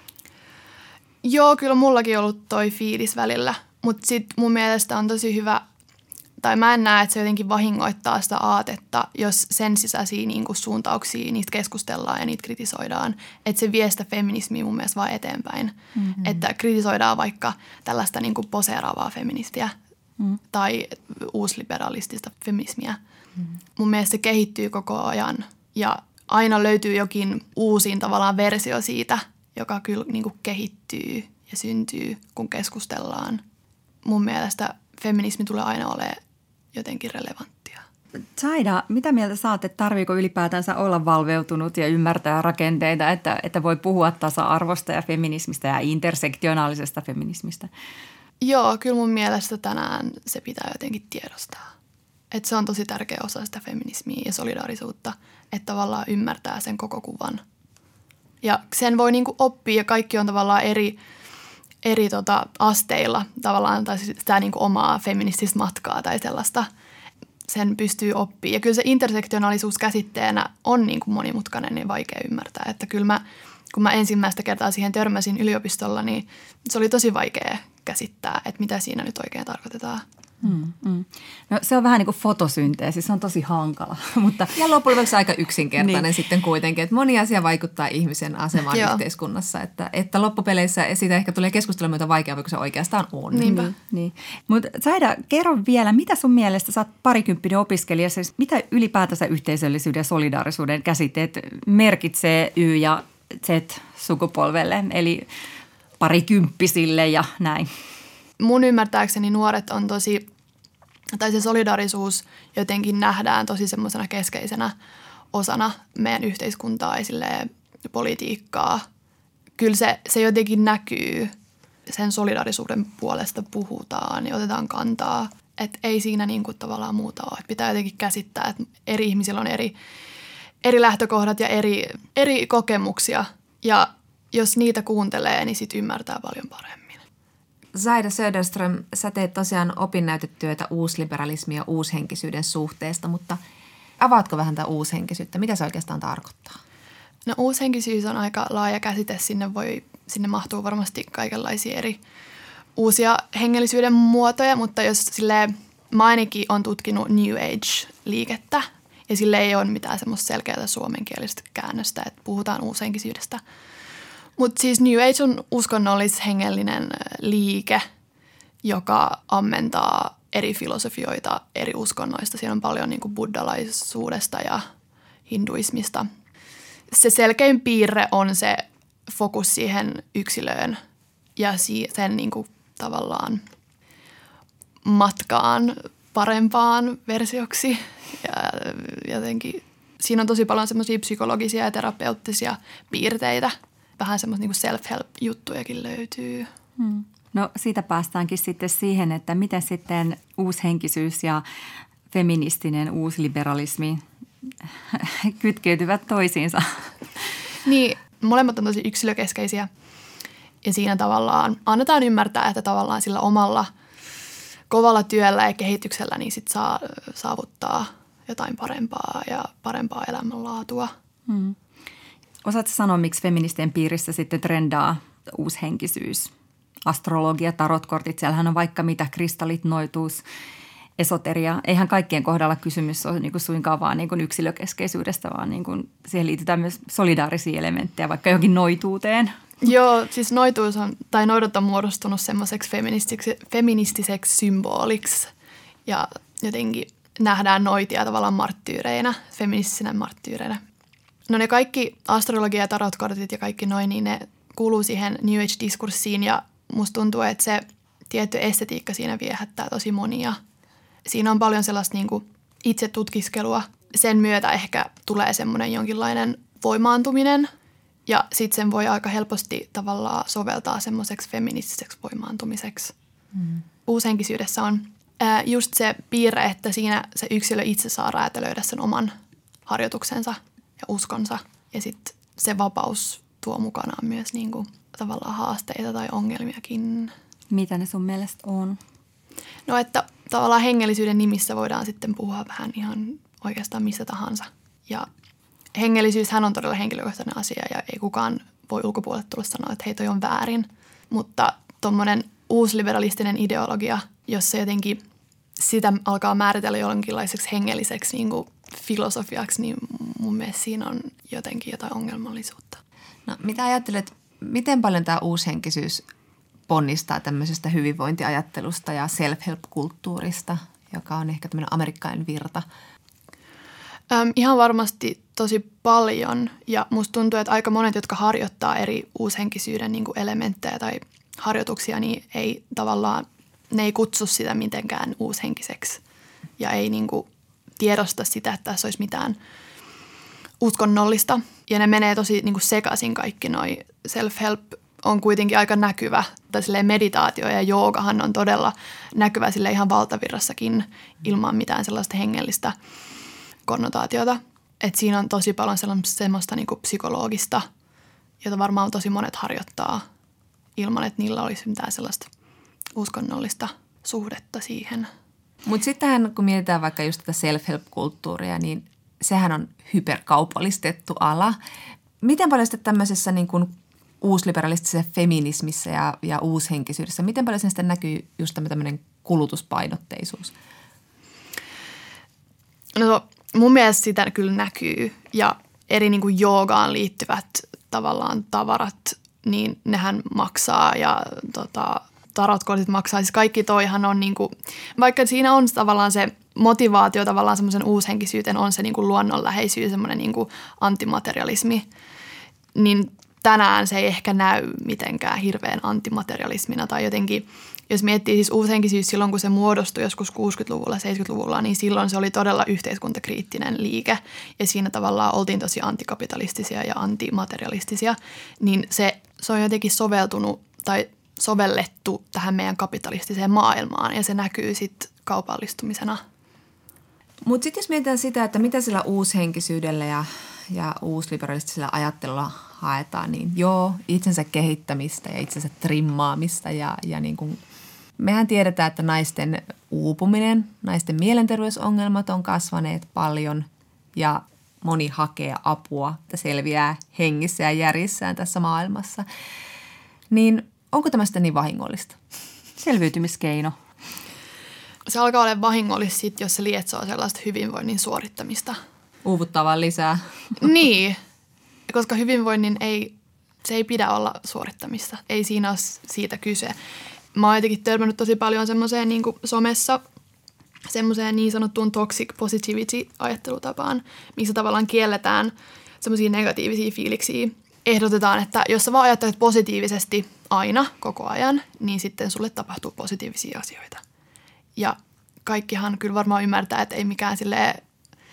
Joo, kyllä mullakin on ollut toi fiilis välillä, mutta sitten mun mielestä on tosi hyvä, tai mä en näe, että se jotenkin vahingoittaa sitä aatetta, jos sen sisäisiä niin kuin suuntauksia, niistä keskustellaan ja niitä kritisoidaan. Että se vie sitä feminismiä mun mielestä vaan eteenpäin. Mm-hmm. Että kritisoidaan vaikka tällaista niin kuin poseeraavaa feministiä mm-hmm. tai uusliberalistista feminismiä. Mm-hmm. Mun mielestä se kehittyy koko ajan ja aina löytyy jokin uusin tavallaan versio siitä, joka kyllä niin kuin kehittyy ja syntyy, kun keskustellaan. Mun mielestä feminismi tulee aina olemaan jotenkin relevanttia. Zaida, mitä mieltä sä oot, että tarviiko ylipäätänsä olla valveutunut ja ymmärtää rakenteita, että, että voi puhua tasa-arvosta ja feminismistä ja intersektionaalisesta feminismistä? Joo, kyllä mun mielestä tänään se pitää jotenkin tiedostaa. Että se on tosi tärkeä osa sitä feminismiä ja solidaarisuutta, että tavallaan ymmärtää sen koko kuvan. Ja sen voi niinku oppia ja kaikki on tavallaan eri... eri tota, asteilla tavallaan, tai siis sitä niin kuin omaa feminististä matkaa tai sellaista, sen pystyy oppimaan. Ja kyllä se intersektionaalisuus käsitteenä on niin kuin monimutkainen ja vaikea ymmärtää. Että kyllä mä, kun mä ensimmäistä kertaa siihen törmäsin yliopistolla, niin se oli tosi vaikea käsittää, että mitä siinä nyt oikein tarkoitetaan. Mm, mm. No, se on vähän niin kuin fotosynteesi, se on tosi hankala. Mutta ja loppujen lopuksi aika yksinkertainen niin. Sitten kuitenkin, että moni asia vaikuttaa ihmisen asemaan Joo. yhteiskunnassa. Että, että loppupeleissä siitä ehkä tulee keskustelemaan, mitä vaikeaa, kun se oikeastaan on. Niinpä. Niin, niin. Mutta Zaida, kerro vielä, mitä sun mielestä, sä oot parikymppinen opiskelija, siis mitä ylipäätänsä yhteisöllisyyden ja solidaarisuuden käsitteet merkitsee Y- ja Z-sukupolvelle, eli parikymppisille ja näin. Mun ymmärtääkseni nuoret on tosi, tai se solidaarisuus jotenkin nähdään tosi semmoisena keskeisenä osana meidän yhteiskuntaa ja silleen politiikkaa. Kyllä se, se jotenkin näkyy, sen solidaarisuuden puolesta puhutaan ja otetaan kantaa. Että ei siinä niin kuin tavallaan muuta ole. Pitää jotenkin käsittää, että eri ihmisillä on eri, eri lähtökohdat ja eri, eri kokemuksia. Ja jos niitä kuuntelee, niin sit ymmärtää paljon paremmin. Zaida Söderström, sä teet tosiaan opinnäytetyötä uusliberalismin ja uushenkisyyden suhteesta, mutta avaatko vähän tätä uushenkisyyttä? Mitä se oikeastaan tarkoittaa? No uushenkisyys on aika laaja käsite. Sinne, voi, sinne mahtuu varmasti kaikenlaisia eri uusia hengellisyyden muotoja, mutta jos silleen, mä ainakin on tutkinut New Age-liikettä ja sille ei ole mitään semmoista selkeää suomenkielistä käännöstä, että puhutaan uushenkisyydestä. Mutta siis New Age on uskonnollis-hengellinen liike, joka ammentaa eri filosofioita eri uskonnoista. Siinä on paljon niin kuin buddhalaisuudesta ja hinduismista. Se selkein piirre on se fokus siihen yksilöön ja sen niin kuin tavallaan matkaan parempaan versioksi. Ja jotenkin siinä on tosi paljon semmoisia psykologisia ja terapeuttisia piirteitä. Vähän semmoista niin kuin self-help-juttujakin löytyy. Hmm. No siitä päästäänkin sitten siihen, että miten sitten uushenkisyys ja feministinen uusliberalismi kytkeytyvät toisiinsa. Niin, molemmat on tosi yksilökeskeisiä ja siinä tavallaan annetaan ymmärtää, että tavallaan sillä omalla kovalla työllä ja kehityksellä niin sit saa saavuttaa jotain parempaa ja parempaa elämänlaatua. Hmm. Osaatko sanoa, miksi feministien piirissä sitten trendaa uushenkisyys? Astrologia, tarotkortit, siellähän on vaikka mitä, kristallit, noituus, esoteria. Eihän kaikkien kohdalla kysymys ole niin kuin suinkaan vaan niin kuin yksilökeskeisyydestä, vaan niin kuin siihen liitetään myös solidaarisia elementtejä, vaikka johonkin noituuteen. Joo, siis noituus on, tai noidot on muodostunut semmoiseksi feministiseksi, feministiseksi symboliksi ja jotenkin nähdään noitia tavallaan marttyyreinä, feministisinä marttyyreinä. No ne kaikki astrologia- ja tarotkortit ja kaikki noin, niin ne kuuluu siihen New Age-diskurssiin ja musta tuntuu, että se tietty estetiikka siinä viehättää tosi monia. Siinä on paljon sellaista niin kuin itse tutkiskelua. Sen myötä ehkä tulee semmoinen jonkinlainen voimaantuminen ja sitten sen voi aika helposti tavallaan soveltaa semmoiseksi feministiseksi voimaantumiseksi. Mm. Uushenkisyydessä on ää, just se piirre, että siinä se yksilö itse saa räätälöidä sen oman harjoituksensa ja uskonsa ja sitten se vapaus tuo mukanaan myös niin kuin tavallaan haasteita tai ongelmiakin. Mitä ne sun mielestä on? No, että tavallaan hengellisyyden nimissä voidaan sitten puhua vähän ihan oikeastaan mistä tahansa. Ja hengellisyyshän on todella henkilökohtainen asia ja ei kukaan voi ulkopuolelle tulla sanoa, että hei toi on väärin. Mutta tuommoinen uusliberalistinen ideologia, jos se jotenkin sitä alkaa määritellä jonkinlaiseksi hengelliseksi niin kuin filosofiaksi, niin mun mielestä siinä on jotenkin jotain ongelmallisuutta. No, mitä ajattelet, miten paljon tämä uushenkisyys ponnistaa tämmöisestä hyvinvointiajattelusta ja self-help-kulttuurista, joka on ehkä tämmöinen amerikkalainen virta? Öm, ihan varmasti tosi paljon ja musta tuntuu, että aika monet, jotka harjoittaa eri uushenkisyyden niin kuin elementtejä tai harjoituksia, niin ei tavallaan, ne ei kutsu sitä mitenkään uushenkiseksi ja ei niin kuin tiedosta sitä, että tässä olisi mitään uskonnollista. Ja ne menee tosi niin kuin sekaisin kaikki noi self-help on kuitenkin aika näkyvä. Tai silleen meditaatio ja joogahan on todella näkyvä sille ihan valtavirrassakin ilman mitään sellaista hengellistä konnotaatiota. Että siinä on tosi paljon semmoista niin kuin psykologista, jota varmaan tosi monet harjoittaa ilman, että niillä olisi mitään sellaista uskonnollista suhdetta siihen. Mutta sittenhän, kun mietitään vaikka just tätä self-help-kulttuuria, niin sehän on hyperkaupallistettu ala. Miten paljon sitten tämmöisessä niin kuin uusliberalistisessa feminismissä ja, ja uushenkisyydessä, miten paljon sen sitten näkyy just tämmöinen kulutuspainotteisuus? No mun mielestä sitä kyllä näkyy ja eri niin kuin joogaan liittyvät tavallaan tavarat, niin nehän maksaa ja tota, tarotkortit maksaa. Siis kaikki toihan on niin kuin, vaikka siinä on tavallaan se motivaatio tavallaan semmoisen uushenkisyyteen on se niin kuin luonnonläheisyys, semmoinen niin kuin antimaterialismi, niin tänään se ei ehkä näy mitenkään hirveän antimaterialismina tai jotenkin, jos miettii siis uushenkisyys silloin, kun se muodostui joskus kuusikymmentäluvulla, seitsemänkymmentäluvulla, niin silloin se oli todella yhteiskuntakriittinen liike ja siinä tavallaan oltiin tosi antikapitalistisia ja antimaterialistisia, niin se, se on jotenkin soveltunut tai sovellettu tähän meidän kapitalistiseen maailmaan ja se näkyy sitten kaupallistumisena. Mutta sitten jos mietitään sitä, että mitä sillä uushenkisyydellä ja, ja uusliberalistisella ajattelulla haetaan, niin joo, itsensä kehittämistä ja itsensä trimmaamista ja, ja niin kuin mehän tiedetään, että naisten uupuminen, naisten mielenterveysongelmat on kasvaneet paljon ja moni hakee apua, että selviää hengissä ja järjissään tässä maailmassa. Niin onko tämä sitten niin vahingollista? Selviytymiskeino. Se alkaa olla vahingollista sit, jos se lietsoo sellaista hyvinvoinnin suorittamista. Uuvuttaa vaan lisää. Niin, koska hyvinvoinnin ei, se ei pidä olla suorittamista. Ei siinä ole siitä kyse. Mä oon jotenkin törmännyt tosi paljon semmoiseen niin kuin somessa, semmoiseen niin sanottuun toxic positivity-ajattelutapaan, missä tavallaan kielletään semmoisia negatiivisia fiiliksiä. Ehdotetaan, että jos sä vaan ajattelet positiivisesti aina, koko ajan, niin sitten sulle tapahtuu positiivisia asioita. Ja kaikkihan kyllä varmaan ymmärtää, että ei mikään silleen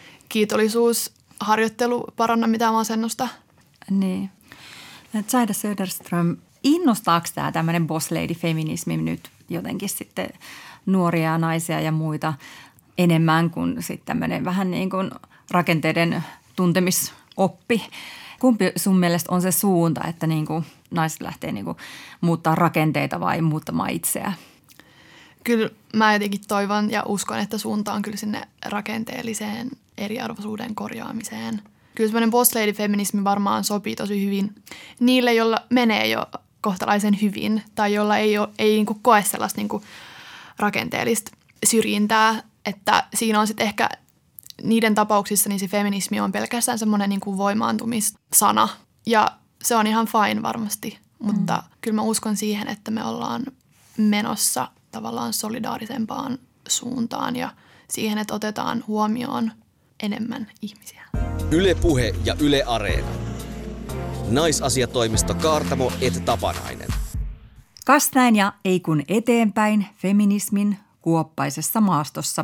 kiitollisuusharjoittelu paranna mitään masennusta. Niin. Saida Söderström, innostaako tämä tämmöinen boss lady feminismi nyt jotenkin sitten nuoria naisia ja muita enemmän kuin sitten tämmöinen vähän niin kuin rakenteiden tuntemisoppi? Kumpi sun mielestä on se suunta, että niin kuin naiset lähtee niin kuin muuttaa rakenteita vai muuttamaan itseään? Kyllä mä jotenkin toivon ja uskon, että suunta on kyllä sinne rakenteelliseen eriarvoisuuden korjaamiseen. Kyllä semmoinen boss lady feminismi varmaan sopii tosi hyvin niille, joilla menee jo kohtalaisen hyvin tai jolla ei, ole, ei niin kuin koe sellaista niin kuin rakenteellista syrjintää, että siinä on sitten ehkä niiden tapauksissa niin se feminismi on pelkästään semmoinen niin kuin voimaantumissana ja se on ihan fine varmasti, mutta mm. kyllä mä uskon siihen, että me ollaan menossa tavallaan solidaarisempaan suuntaan ja siihen, että otetaan huomioon enemmän ihmisiä. Yle Puhe ja Yle Areena. Naisasiatoimisto Kaartamo et Tapanainen. Kas näin ja ei kun eteenpäin feminismin kuoppaisessa maastossa.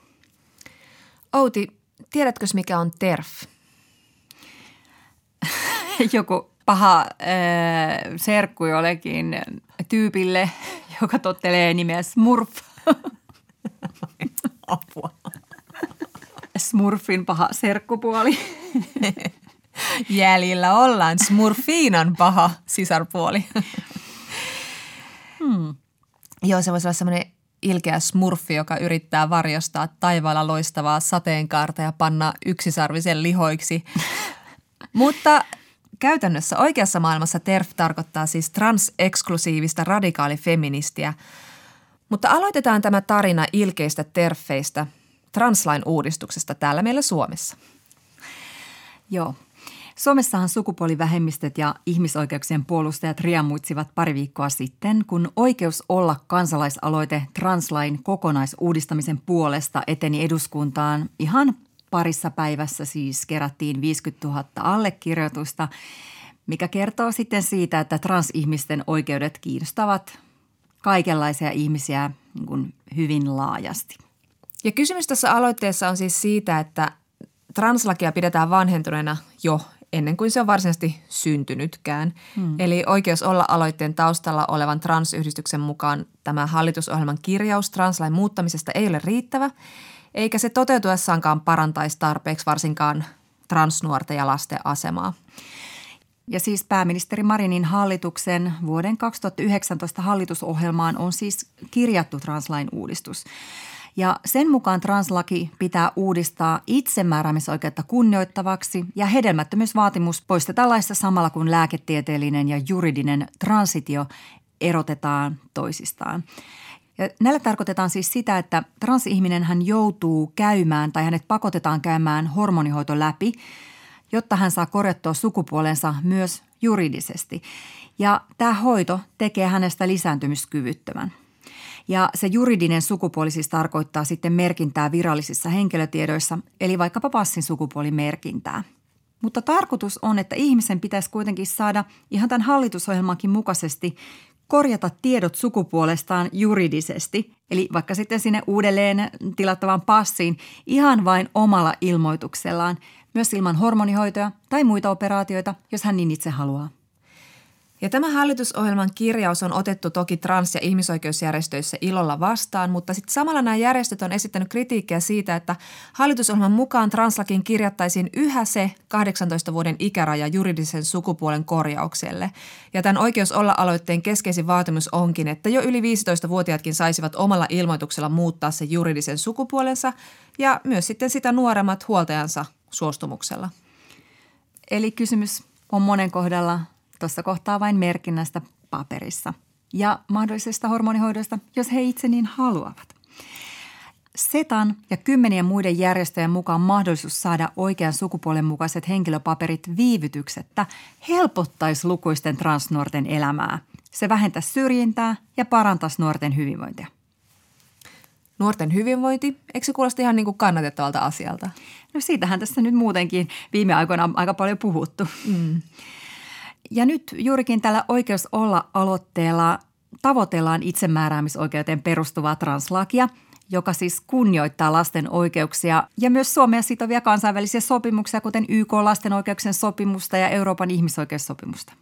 Outi, tiedätkö mikä on T E R F? Joku paha äh, serkku jollekin tyypille, joka tottelee nimeä Smurf. Apua. Smurfin paha serkkupuoli. Jäljellä ollaan Smurfiinan paha sisarpuoli. Hmm. Joo, se voisi olla semmoinen ilkeä smurfi, joka yrittää varjostaa taivaalla loistavaa sateenkaarta ja panna yksisarvisen lihoiksi. Mutta käytännössä oikeassa maailmassa T E R F tarkoittaa siis transeksklusiivista radikaalifeministiä. Mutta aloitetaan tämä tarina ilkeistä terfeistä translain uudistuksesta täällä meillä Suomessa. Joo. Suomessahan sukupuolivähemmistöt ja ihmisoikeuksien puolustajat riemuitsivat pari viikkoa sitten, kun oikeus olla kansalaisaloite translain kokonaisuudistamisen puolesta eteni eduskuntaan. Ihan parissa päivässä siis kerättiin viisikymmentätuhatta allekirjoitusta, mikä kertoo sitten siitä, että transihmisten oikeudet kiinnostavat kaikenlaisia ihmisiä niin kuin hyvin laajasti. Ja kysymys tässä aloitteessa on siis siitä, että translakia pidetään vanhentuneena jo ennen kuin se on varsinaisesti syntynytkään. Hmm. Eli oikeus olla aloitteen taustalla olevan transyhdistyksen mukaan tämä hallitusohjelman kirjaus translain muuttamisesta ei ole riittävä, eikä se toteutuessaankaan parantaisi tarpeeksi varsinkaan transnuorten ja lasten asemaa. Ja siis pääministeri Marinin hallituksen vuoden kaksituhattayhdeksäntoista hallitusohjelmaan on siis kirjattu translain uudistus. Ja sen mukaan translaki pitää uudistaa itsemääräämisoikeutta kunnioittavaksi ja hedelmättömyysvaatimus poistetaan laissa samalla kun lääketieteellinen ja juridinen transitio erotetaan toisistaan. Ja näillä tarkoitetaan siis sitä, että transihminen hän joutuu käymään tai hänet pakotetaan käymään hormonihoito läpi, jotta hän saa korjattua sukupuolensa myös juridisesti. Ja tämä hoito tekee hänestä lisääntymiskyvyttömän. Ja se juridinen sukupuoli siis tarkoittaa sitten merkintää virallisissa henkilötiedoissa, eli vaikkapa passin sukupuolimerkintää. Mutta tarkoitus on, että ihmisen pitäisi kuitenkin saada ihan tämän hallitusohjelmankin mukaisesti korjata tiedot sukupuolestaan juridisesti, eli vaikka sitten sinne uudelleen tilattavaan passiin ihan vain omalla ilmoituksellaan, myös ilman hormonihoitoja tai muita operaatioita, jos hän niin itse haluaa. Ja tämä hallitusohjelman kirjaus on otettu toki trans- ja ihmisoikeusjärjestöissä ilolla vastaan, mutta sitten samalla nämä järjestöt on esittänyt kritiikkiä siitä, että hallitusohjelman mukaan translakiin kirjattaisiin yhä se kahdeksantoista vuoden ikäraja juridisen sukupuolen korjaukselle. Ja tämän Oikeus olla -aloitteen keskeisin vaatimus onkin, että jo yli viisitoistavuotiaatkin saisivat omalla ilmoituksella muuttaa se juridisen sukupuolensa ja myös sitten sitä nuoremmat huoltajansa suostumuksella. Eli kysymys on monen kohdalla tuossa kohtaa vain merkinnästä paperissa ja mahdollisesta hormonihoidosta, jos he itse niin haluavat. Setan ja kymmenien muiden järjestöjen mukaan mahdollisuus saada oikean sukupuolen mukaiset henkilöpaperit viivytyksettä helpottaisi lukuisten transnuorten elämää. Se vähentäisi syrjintää ja parantaisi nuorten hyvinvointia. Nuorten hyvinvointi, eikö se kuulosta ihan niin kuin kannatettavalta asialta? No siitähän tässä nyt muutenkin viime aikoina on aika paljon puhuttu. Mm. Ja nyt juurikin tällä Oikeus olla -aloitteella tavoitellaan itsemääräämisoikeuteen perustuvaa translakia, joka siis kunnioittaa lasten oikeuksia ja myös Suomea sitovia kansainvälisiä sopimuksia, kuten Y K:n lasten oikeuksien sopimusta ja Euroopan ihmisoikeussopimusta.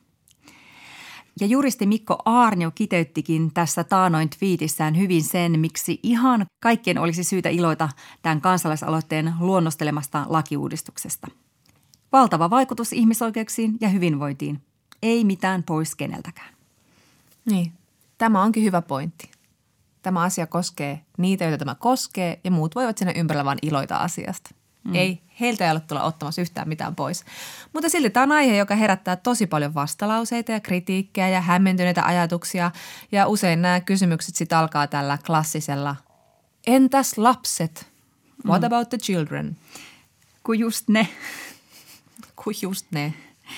Ja juristi Mikko Aarnio kiteyttikin tässä taanoin twiitissään hyvin sen, miksi ihan kaikkien olisi syytä iloita tämän kansalaisaloitteen luonnostelemasta lakiuudistuksesta. Valtava vaikutus ihmisoikeuksiin ja hyvinvointiin. Ei mitään pois keneltäkään. Niin, tämä onkin hyvä pointti. Tämä asia koskee niitä, joita tämä koskee ja muut voivat siinä ympärillä vaan iloita asiasta. Mm. Ei, heiltä ei ole tulla ottamassa yhtään mitään pois. Mutta silti tämä on aihe, joka herättää tosi paljon vastalauseita ja kritiikkiä ja hämmentyneitä ajatuksia. Ja usein nämä kysymykset sitten alkaa tällä klassisella, entäs lapset? What mm. about the children? Kun just ne. Kun just ne.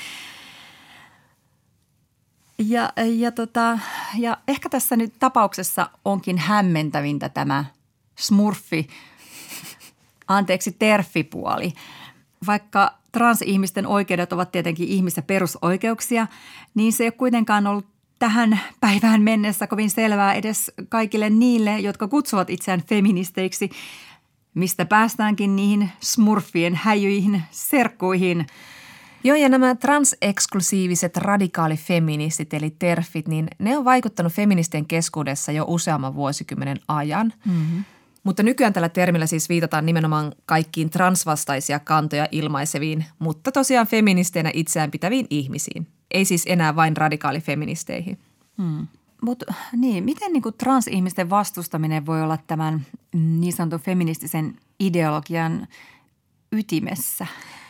Ja, ja, tota, ja ehkä tässä nyt tapauksessa onkin hämmentävintä tämä smurfi, anteeksi terfipuoli. Vaikka transihmisten oikeudet ovat tietenkin ihmis- ja perusoikeuksia, niin se ei ole kuitenkaan ollut tähän päivään mennessä kovin selvää edes kaikille niille, jotka kutsuvat itseään feministeiksi, mistä päästäänkin niihin smurfien häjyihin serkkuihin. Joo, ja nämä transeksklusiiviset radikaalifeministit eli terfit, niin ne on vaikuttanut feministien keskuudessa jo useamman vuosikymmenen ajan. Mm-hmm. Mutta nykyään tällä termillä siis viitataan nimenomaan kaikkiin transvastaisia kantoja ilmaiseviin, mutta tosiaan feministeinä itseään pitäviin ihmisiin. Ei siis enää vain radikaalifeministeihin. Hmm. Mutta niin, miten niinku transihmisten vastustaminen voi olla tämän niin sanotun feministisen ideologian ytimessä?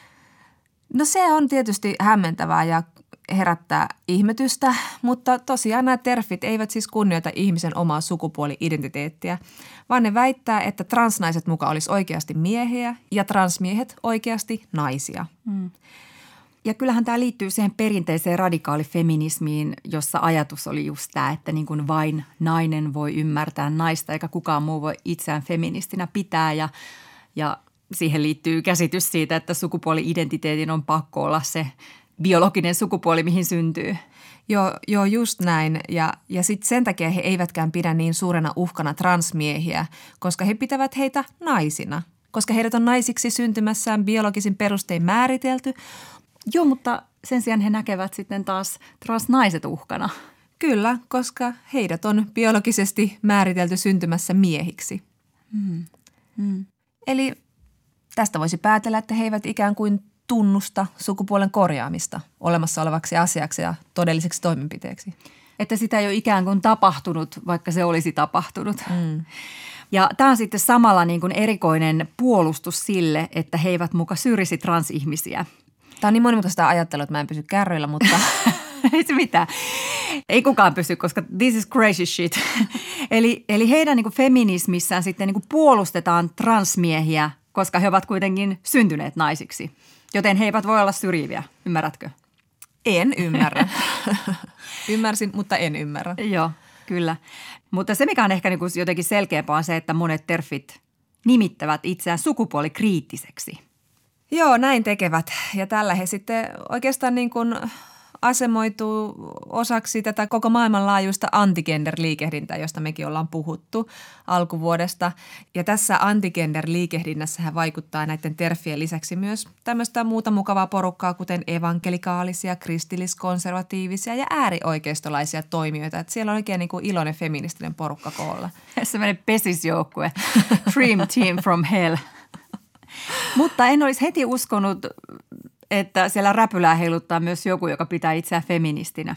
No se on tietysti hämmentävää ja herättää ihmetystä, mutta tosiaan nämä terfit eivät siis kunnioita ihmisen omaa sukupuoli-identiteettiä, vaan ne väittää, että transnaiset muka olisi oikeasti miehiä ja transmiehet oikeasti naisia. Hmm. Ja kyllähän tämä liittyy siihen perinteiseen radikaalifeminismiin, jossa ajatus oli just tämä, että niin kuin vain nainen voi ymmärtää naista eikä kukaan muu voi itseään feministinä pitää ja, ja siihen liittyy käsitys siitä, että sukupuoli-identiteetin on pakko olla se biologinen sukupuoli, mihin syntyy. Joo, joo just näin. Ja, ja sitten sen takia he eivätkään pidä niin suurena uhkana transmiehiä, koska he pitävät heitä naisina. Koska heidät on naisiksi syntymässään biologisin perustein määritelty. Joo, mutta sen sijaan he näkevät sitten taas transnaiset uhkana. Kyllä, koska heidät on biologisesti määritelty syntymässä miehiksi. Hmm. Hmm. Eli tästä voisi päätellä, että he eivät ikään kuin tunnusta sukupuolen korjaamista olemassa olevaksi asiaksi ja todelliseksi toimenpiteeksi. Että sitä ei ole ikään kuin tapahtunut, vaikka se olisi tapahtunut. Mm. Ja tämä on sitten samalla niin kuin erikoinen puolustus sille, että he eivät muka syrjisi transihmisiä. Tämä on niin monimutkaista ajattelua, että mä en pysy kärryillä, mutta ei se mitään. Ei kukaan pysy, koska this is crazy shit. eli, eli heidän niin kuin feminismissään sitten niin kuin puolustetaan transmiehiä, koska he ovat kuitenkin syntyneet naisiksi. Joten he eivät voi olla syrjiviä, ymmärrätkö? En ymmärrä. Ymmärsin, mutta en ymmärrä. Joo, kyllä. Mutta se, mikä on ehkä niin kuin jotenkin selkeämpää, on se, että monet terfit nimittävät itseään sukupuolikriittiseksi. Joo, näin tekevät. Ja tällä he sitten oikeastaan niin kuin asemoituu osaksi tätä koko maailmanlaajuista antigender-liikehdintää, josta mekin ollaan puhuttu alkuvuodesta. Ja tässä antigender-liikehdinnässä vaikuttaa näiden terfien lisäksi myös tämmöistä muuta mukavaa porukkaa, kuten evankelikaalisia, kristilliskonservatiivisia ja äärioikeistolaisia toimijoita. Että siellä on oikein niin kuin iloinen feministinen porukka koolla. Sellainen pesisjoukkue, Dream Team from Hell. Mutta en olisi heti uskonut, että siellä räpylää heiluttaa myös joku, joka pitää itseään feministinä.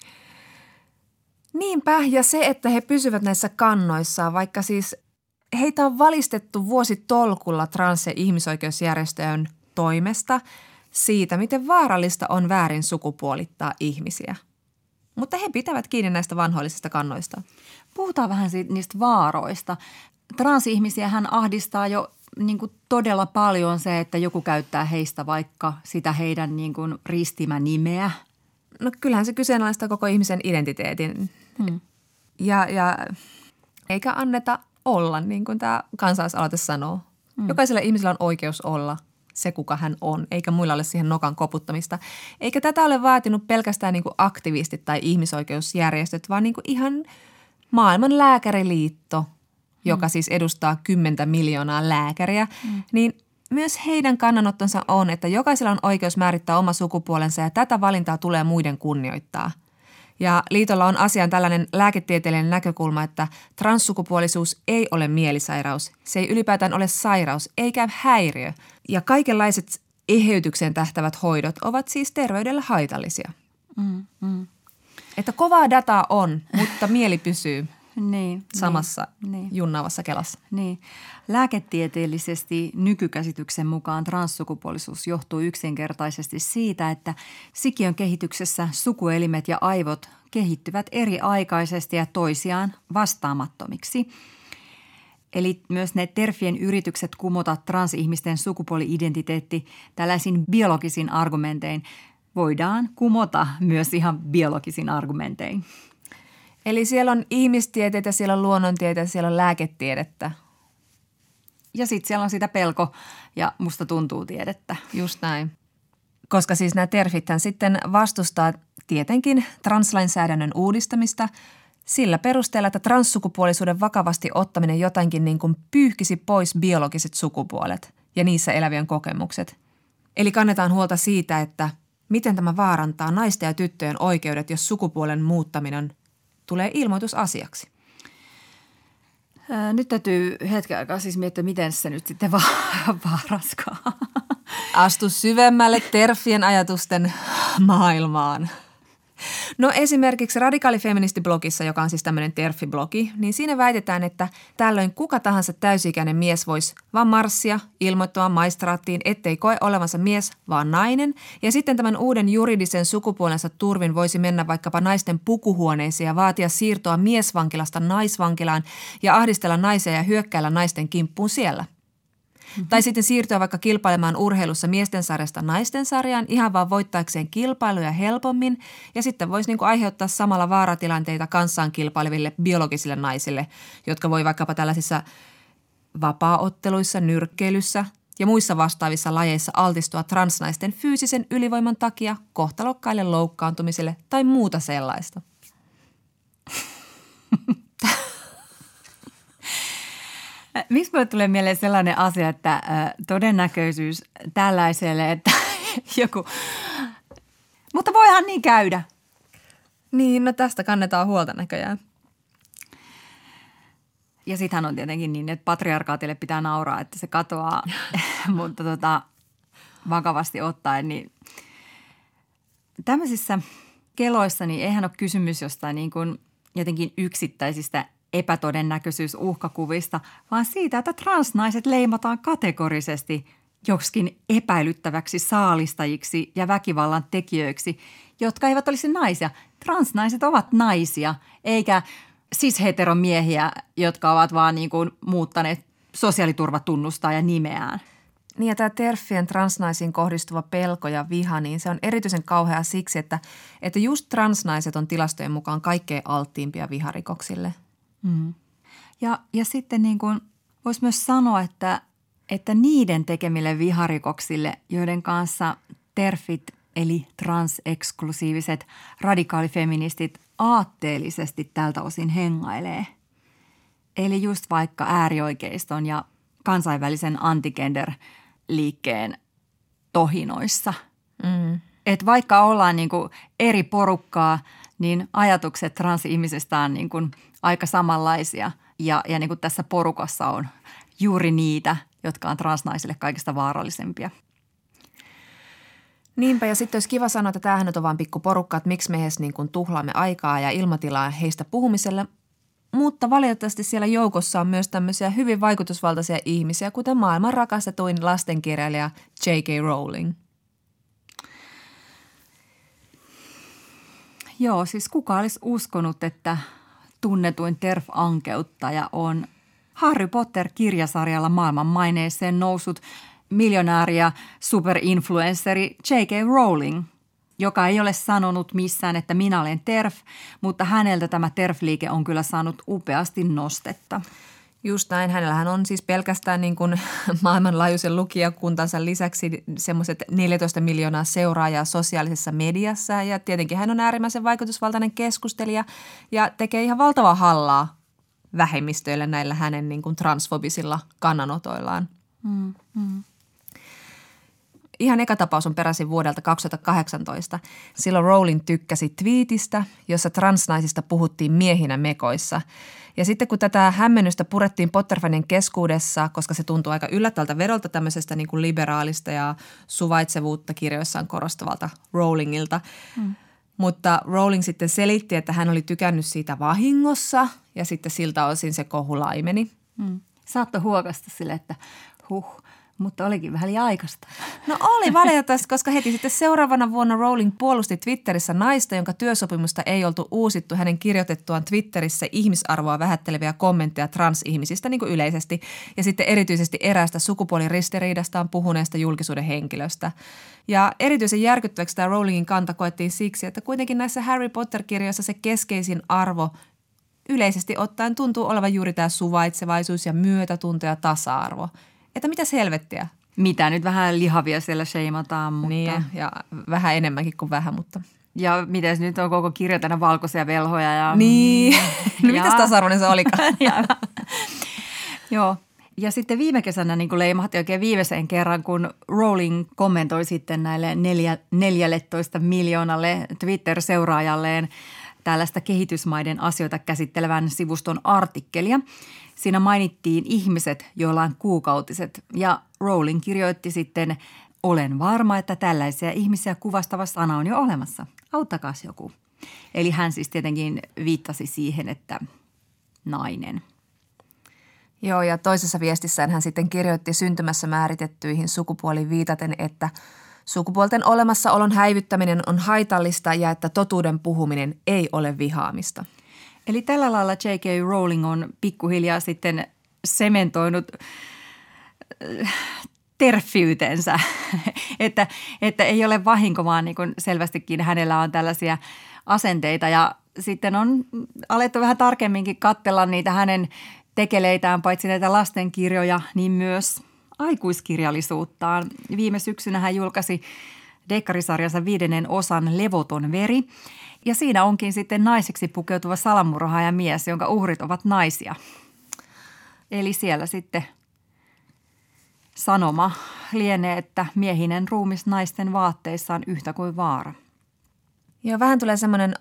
Niinpä, ja se, että he pysyvät näissä kannoissaan, vaikka siis heitä on valistettu vuositolkulla trans- ja ihmisoikeusjärjestöjen toimesta siitä, miten vaarallista on väärin sukupuolittaa ihmisiä. Mutta he pitävät kiinni näistä vanhoillisista kannoista. Puhutaan vähän siitä, niistä vaaroista. Transihmisiä hän ahdistaa jo niin kuin todella paljon se, että joku käyttää heistä vaikka sitä heidän niin kuin ristimänimeä. No kyllähän se kyseenalaistaa koko ihmisen identiteetin. Hmm. Ja, ja eikä anneta olla, niin kuin tämä kansalaisaloite sanoo. Hmm. Jokaisella ihmisellä on oikeus olla se, kuka hän on, eikä muilla ole siihen nokan koputtamista. Eikä tätä ole vaatinut pelkästään niin kuin aktivistit tai ihmisoikeusjärjestöt, vaan niin kuin ihan maailman lääkäriliitto, joka siis edustaa kymmentä miljoonaa lääkäriä, mm. niin myös heidän kannanottonsa on, että jokaisella on oikeus määrittää oma sukupuolensa ja tätä valintaa tulee muiden kunnioittaa. Ja liitolla on asiaan tällainen lääketieteellinen näkökulma, että transsukupuolisuus ei ole mielisairaus. Se ei ylipäätään ole sairaus eikä häiriö. Ja kaikenlaiset eheytykseen tähtävät hoidot ovat siis terveydelle haitallisia. Mm, mm. Että kovaa dataa on, mutta mieli pysyy. Niin, samassa niin, junnaavassa kelassa. Niin. Lääketieteellisesti nykykäsityksen mukaan transsukupuolisuus johtuu yksinkertaisesti siitä, että sikiön kehityksessä sukuelimet ja aivot kehittyvät eri aikaisesti ja toisiaan vastaamattomiksi. Eli myös ne terfien yritykset kumota transihmisten sukupuoli-identiteetti tällaisin biologisin argumentein voidaan kumota myös ihan biologisin argumentein. Eli siellä on ihmistieteitä, siellä on luonnontieteitä, siellä on lääketiedettä. Ja sitten siellä on sitä pelko ja musta tuntuu tiedettä. Just näin. Koska siis nämä terfithän sitten vastustaa tietenkin translainsäädännön uudistamista sillä perusteella, että transsukupuolisuuden vakavasti ottaminen jotenkin niin kuin pyyhkisi pois biologiset sukupuolet ja niissä elävien kokemukset. Eli kannetaan huolta siitä, että miten tämä vaarantaa naisten ja tyttöjen oikeudet, jos sukupuolen muuttaminen tulee ilmoitusasiaksi. Ää, nyt täytyy hetken aikaa siis miettiä, miten se nyt sitten va- vaaraskaa. Astu syvemmälle terfien ajatusten maailmaan. No esimerkiksi radikaalifeministiblogissa, joka on siis tämmöinen terfi-blogi, niin siinä väitetään, että tällöin kuka tahansa täysi-ikäinen mies voisi vaan marssia ilmoittamaan maistraattiin, ettei koe olevansa mies, vaan nainen. Ja sitten tämän uuden juridisen sukupuolensa turvin voisi mennä vaikkapa naisten pukuhuoneisiin ja vaatia siirtoa miesvankilasta naisvankilaan ja ahdistella naisia ja hyökkäillä naisten kimppuun siellä. Mm-hmm. Tai sitten siirtyä vaikka kilpailemaan urheilussa miesten sarjasta naisten sarjaan ihan vaan voittaakseen kilpailuja helpommin ja sitten voisi niin kuin aiheuttaa samalla vaaratilanteita kanssaan kilpaileville biologisille naisille, jotka voi vaikkapa tällaisissa vapaaotteluissa, nyrkkeilyssä ja muissa vastaavissa lajeissa altistua transnaisten fyysisen ylivoiman takia kohtalokkaille loukkaantumisille tai muuta sellaista. Miksi minulle tulee mieleen sellainen asia, että todennäköisyys tällaiselle, että joku, mutta voihan niin käydä. Niin, no tästä kannetaan huolta näköjään. Ja sittenhän on tietenkin niin, että patriarkaatille pitää nauraa, että se katoaa, mutta tota, vakavasti ottaen, niin tämmöisissä keloissa niin eihän ole kysymys jostain niin kuin jotenkin yksittäisistä epätodennäköisyysuhkakuvista, vaan siitä, että transnaiset leimataan kategorisesti joksikin epäilyttäväksi saalistajiksi ja väkivallan tekijöiksi, jotka eivät olisi naisia. Transnaiset ovat naisia, eikä cis-heteromiehiä, jotka ovat vaan niin kuin muuttaneet sosiaaliturvatunnustaa ja nimeään. Niin ja tämä terfien transnaisiin kohdistuva pelko ja viha, niin se on erityisen kauhea siksi, että, että just transnaiset on tilastojen mukaan kaikkein alttiimpia viharikoksille. Mm. Ja, ja sitten niin kuin voisi myös sanoa, että, että niiden tekemille viharikoksille, joiden kanssa terfit eli transeksklusiiviset radikaalifeministit aatteellisesti tältä osin hengailee. Eli just vaikka äärioikeiston ja kansainvälisen antigender-liikkeen tohinoissa. Mm. Että vaikka ollaan niin kuin eri porukkaa, niin ajatukset transihmisestä on niin kuin aika samanlaisia. Ja, ja niin kuin tässä porukassa on juuri niitä, jotka on transnaisille kaikista vaarallisempia. Niinpä, ja sitten olisi kiva sanoa, että tämähän nyt on vaan pikku porukka, että miksi me edes niin kuin tuhlaamme aikaa ja ilmatilaa heistä puhumiselle. Mutta valitettavasti siellä joukossa on myös tämmöisiä hyvin vaikutusvaltaisia ihmisiä, kuten maailman rakastetuin lastenkirjailija J K. Rowling. Joo, siis kuka olisi uskonut, että tunnetuin TERF-ankeuttaja on Harry Potter-kirjasarjalla maailman maineeseen noussut miljonääri ja superinfluensseri J K. Rowling, joka ei ole sanonut missään, että minä olen TERF, mutta häneltä tämä TERF-liike on kyllä saanut upeasti nostetta. Just näin. Hänellähän on siis pelkästään niin kuin maailmanlaajuisen lukijakuntansa lisäksi semmoiset neljätoista miljoonaa seuraajaa sosiaalisessa mediassa. Ja tietenkin hän on äärimmäisen vaikutusvaltainen keskustelija ja tekee ihan valtavaa hallaa vähemmistöille näillä hänen niin kuin transfobisilla kannanotoillaan. Mm, mm. Ihan eka tapaus on peräisin vuodelta kaksituhattakahdeksantoista. Silloin Rowling tykkäsi twiitistä, jossa transnaisista puhuttiin miehinä mekoissa. Ja sitten kun tätä hämmennystä purettiin Potterfanien keskuudessa, koska se tuntuu aika yllättävältä vedolta tämmöisestä niin kuin liberaalista ja suvaitsevuutta kirjoissaan korostavalta Rowlingilta. Mm. Mutta Rowling sitten selitti, että hän oli tykännyt siitä vahingossa ja sitten siltä osin se kohu laimeni. Mm. Saattoi huokasta sille, että huh, mutta olikin vähän liian aikaista. No oli valitettavasti, koska heti sitten seuraavana vuonna Rowling puolusti Twitterissä naista, jonka työsopimusta ei oltu uusittu hänen kirjoitettuaan Twitterissä ihmisarvoa vähätteleviä kommentteja transihmisistä niin kuin yleisesti ja sitten erityisesti eräästä sukupuoliristiriidastaan puhuneesta julkisuuden henkilöstä. Ja erityisen järkyttäväksi tämä Rowlingin kanta koettiin siksi, että kuitenkin näissä Harry Potter-kirjoissa se keskeisin arvo yleisesti ottaen tuntuu olevan juuri tämä suvaitsevaisuus ja myötätunto ja tasa-arvo. Että mitäs helvettiä? Mitä nyt vähän lihavia siellä sheimataan, mutta... Niin, ja, ja vähän enemmänkin kuin vähän, mutta... Ja mitäs nyt on koko kirja tänä valkoisia velhoja ja... Niin, no mitäs tasa-arvoinen se olikaan? Joo, ja sitten viime kesänä niin leimahti oikein viimeiseen kerran, kun Rowling kommentoi sitten näille neljä, neljätoista miljoonalle Twitter-seuraajalleen tällaista kehitysmaiden asioita käsittelevän sivuston artikkelia. Siinä mainittiin ihmiset, joilla on kuukautiset ja Rowling kirjoitti sitten, olen varma, että tällaisia ihmisiä kuvastava sana on jo olemassa. Auttakaas joku. Eli hän siis tietenkin viittasi siihen, että nainen. Joo, ja toisessa viestissään hän sitten kirjoitti syntymässä määritettyihin sukupuoliin viitaten, että sukupuolten olemassaolon häivyttäminen on haitallista ja että totuuden puhuminen ei ole vihaamista. Eli tällä lailla J K. Rowling on pikkuhiljaa sitten sementoinut terfiytensä, että, että ei ole vahinko, vaan niin kuin selvästikin hänellä on tällaisia asenteita ja sitten on alettu vähän tarkemminkin katsella niitä hänen tekeleitään, paitsi näitä lastenkirjoja, niin myös aikuiskirjallisuuttaan. Viime syksynä hän julkaisi dekkarisarjansa viidennen osan Levoton veri. Ja siinä onkin sitten naiseksi pukeutuva salamurhaaja mies, jonka uhrit ovat naisia. Eli siellä sitten sanoma lienee, että miehinen ruumis naisten vaatteissa on yhtä kuin vaara. Joo, vähän tulee semmoinen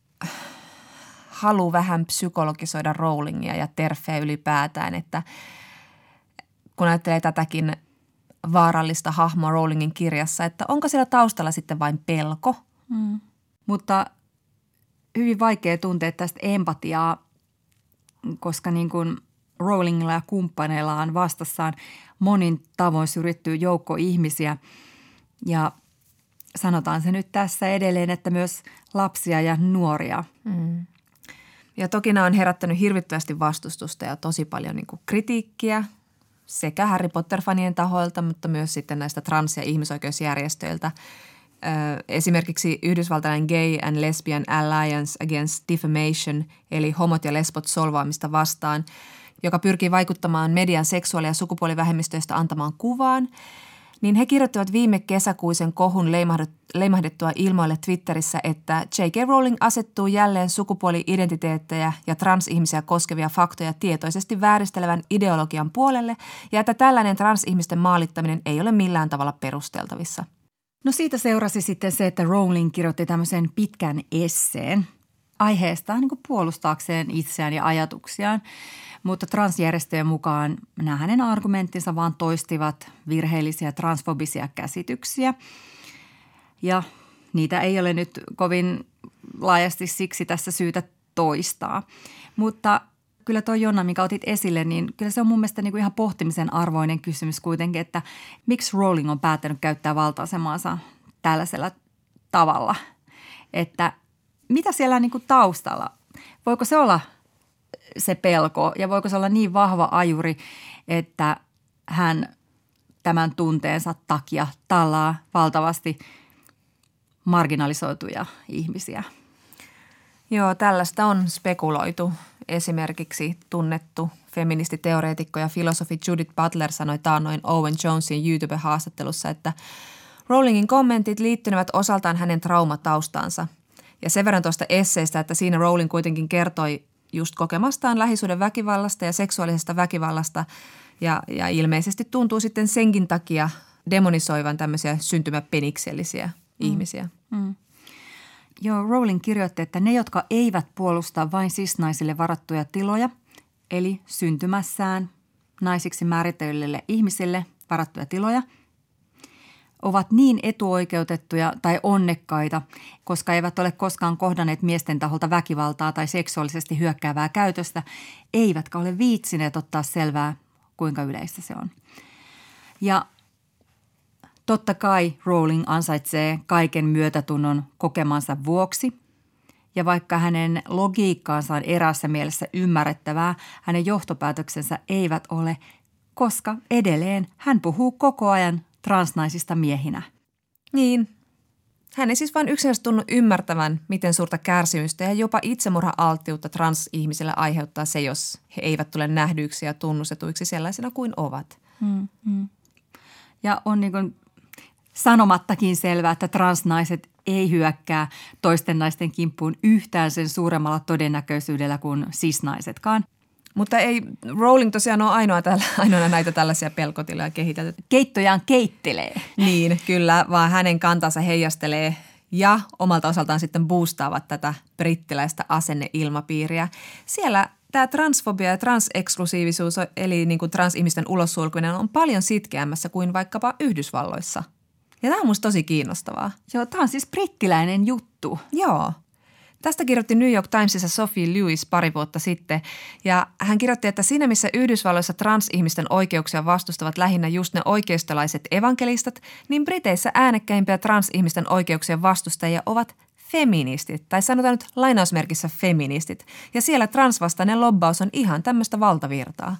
halu vähän psykologisoida Rowlingia ja terfejä ylipäätään, että kun ajattelee tätäkin vaarallista hahmoa Rowlingin kirjassa, että onko siellä taustalla sitten vain pelko? Mm. Mutta hyvin vaikea tuntea tästä empatiaa, koska niin kuin Rowlingilla ja kumppaneilla on vastassaan monin tavoin syrjittyy joukko ihmisiä ja sanotaan se nyt tässä edelleen, että myös lapsia ja nuoria. Mm. Ja toki nämä on herättänyt hirvittävästi vastustusta ja tosi paljon niin kuin kritiikkiä sekä Harry Potter-fanien tahoilta, mutta myös sitten näistä trans- ja ihmisoikeusjärjestöiltä. Esimerkiksi yhdysvaltalainen Gay and Lesbian Alliance Against Defamation, eli homot ja lesbot solvaamista vastaan, joka pyrkii vaikuttamaan median seksuaali- ja sukupuolivähemmistöistä antamaan kuvaan, niin he kirjoittivat viime kesäkuisen kohun leimahdettua ilmoille Twitterissä, että J K. Rowling asettuu jälleen sukupuoli-identiteettejä ja transihmisiä koskevia faktoja tietoisesti vääristelevän ideologian puolelle ja että tällainen transihmisten maalittaminen ei ole millään tavalla perusteltavissa. No siitä seurasi sitten se, että Rowling kirjoitti tämmöisen pitkän esseen aiheestaan niin kuin puolustaakseen itseään ja ajatuksiaan. Mutta transjärjestöjen mukaan nämä hänen argumenttinsa vaan toistivat virheellisiä transfobisia käsityksiä. Ja niitä ei ole nyt kovin laajasti siksi tässä syytä toistaa. Mutta kyllä tuo Jonna, mikä otit esille, niin kyllä se on mun mielestä niin kuin ihan pohtimisen arvoinen kysymys kuitenkin, että miksi Rowling on päättänyt käyttää valta-asemaansa tällaisella tavalla. Että mitä siellä niin kuin taustalla? Voiko se olla se pelko ja voiko se olla niin vahva ajuri, että hän tämän tunteensa takia tallaa valtavasti marginalisoituja ihmisiä? Joo, tällaista on spekuloitu. Esimerkiksi tunnettu feministiteoreetikko ja filosofi Judith Butler sanoi taannoin Owen Jonesin YouTube-haastattelussa, että Rowlingin kommentit liittynevät osaltaan hänen traumataustaansa. Ja sen verran tuosta esseistä, että siinä Rowling kuitenkin kertoi just kokemastaan lähisuuden väkivallasta ja seksuaalisesta väkivallasta ja, ja ilmeisesti tuntuu sitten senkin takia demonisoivan tämmöisiä syntymäpeniksellisiä mm. ihmisiä. Mm. Joo, Rowling kirjoitti, että ne, jotka eivät puolusta vain cis-naisille varattuja tiloja, eli syntymässään naisiksi määritellyille ihmisille varattuja tiloja, ovat niin etuoikeutettuja tai onnekkaita, koska eivät ole koskaan kohdanneet miesten taholta väkivaltaa tai seksuaalisesti hyökkäävää käytöstä, eivätkä ole viitsineet ottaa selvää, kuinka yleistä se on. Ja totta kai Rowling ansaitsee kaiken myötätunnon kokemansa vuoksi, ja vaikka hänen logiikkaansa on eräässä mielessä ymmärrettävää, hänen johtopäätöksensä eivät ole, koska edelleen hän puhuu koko ajan transnaisista miehinä. Niin. Hän ei siis vain yksinkertaisesti tunnu ymmärtävän, miten suurta kärsimystä ja jopa itsemurha-alttiutta transihmisille aiheuttaa se, jos he eivät tule nähdyiksi ja tunnustetuiksi sellaisena kuin ovat. Hmm, hmm. Ja on niin kuin sanomattakin selvää, että transnaiset ei hyökkää toisten naisten kimppuun yhtään sen suuremmalla todennäköisyydellä kuin cis-naisetkaan. Mutta ei Rowling tosiaan ole ainoa tällä, ainoana näitä tällaisia pelkotiloja kehitetty. Keittojaan keittelee. Niin, kyllä, vaan hänen kantansa heijastelee ja omalta osaltaan sitten boostaavat tätä brittiläistä asenneilmapiiriä. Siellä tämä transfobia ja transeksklusiivisuus, eli niin kuin transihmisten ulossulkeminen, on paljon sitkeämmässä kuin vaikkapa Yhdysvalloissa. Ja tämä on musta tosi kiinnostavaa. Joo, tämä on siis brittiläinen juttu. Joo. Tästä kirjoitti New York Timesissa Sophie Lewis pari vuotta sitten ja hän kirjoitti, että siinä missä Yhdysvalloissa transihmisten oikeuksia vastustavat lähinnä just ne oikeistolaiset evankelistat, niin Briteissä äänekkäimpiä transihmisten oikeuksien vastustajia ovat feministit, tai sanotaan nyt lainausmerkissä feministit, ja siellä transvastainen lobbaus on ihan tämmöistä valtavirtaa.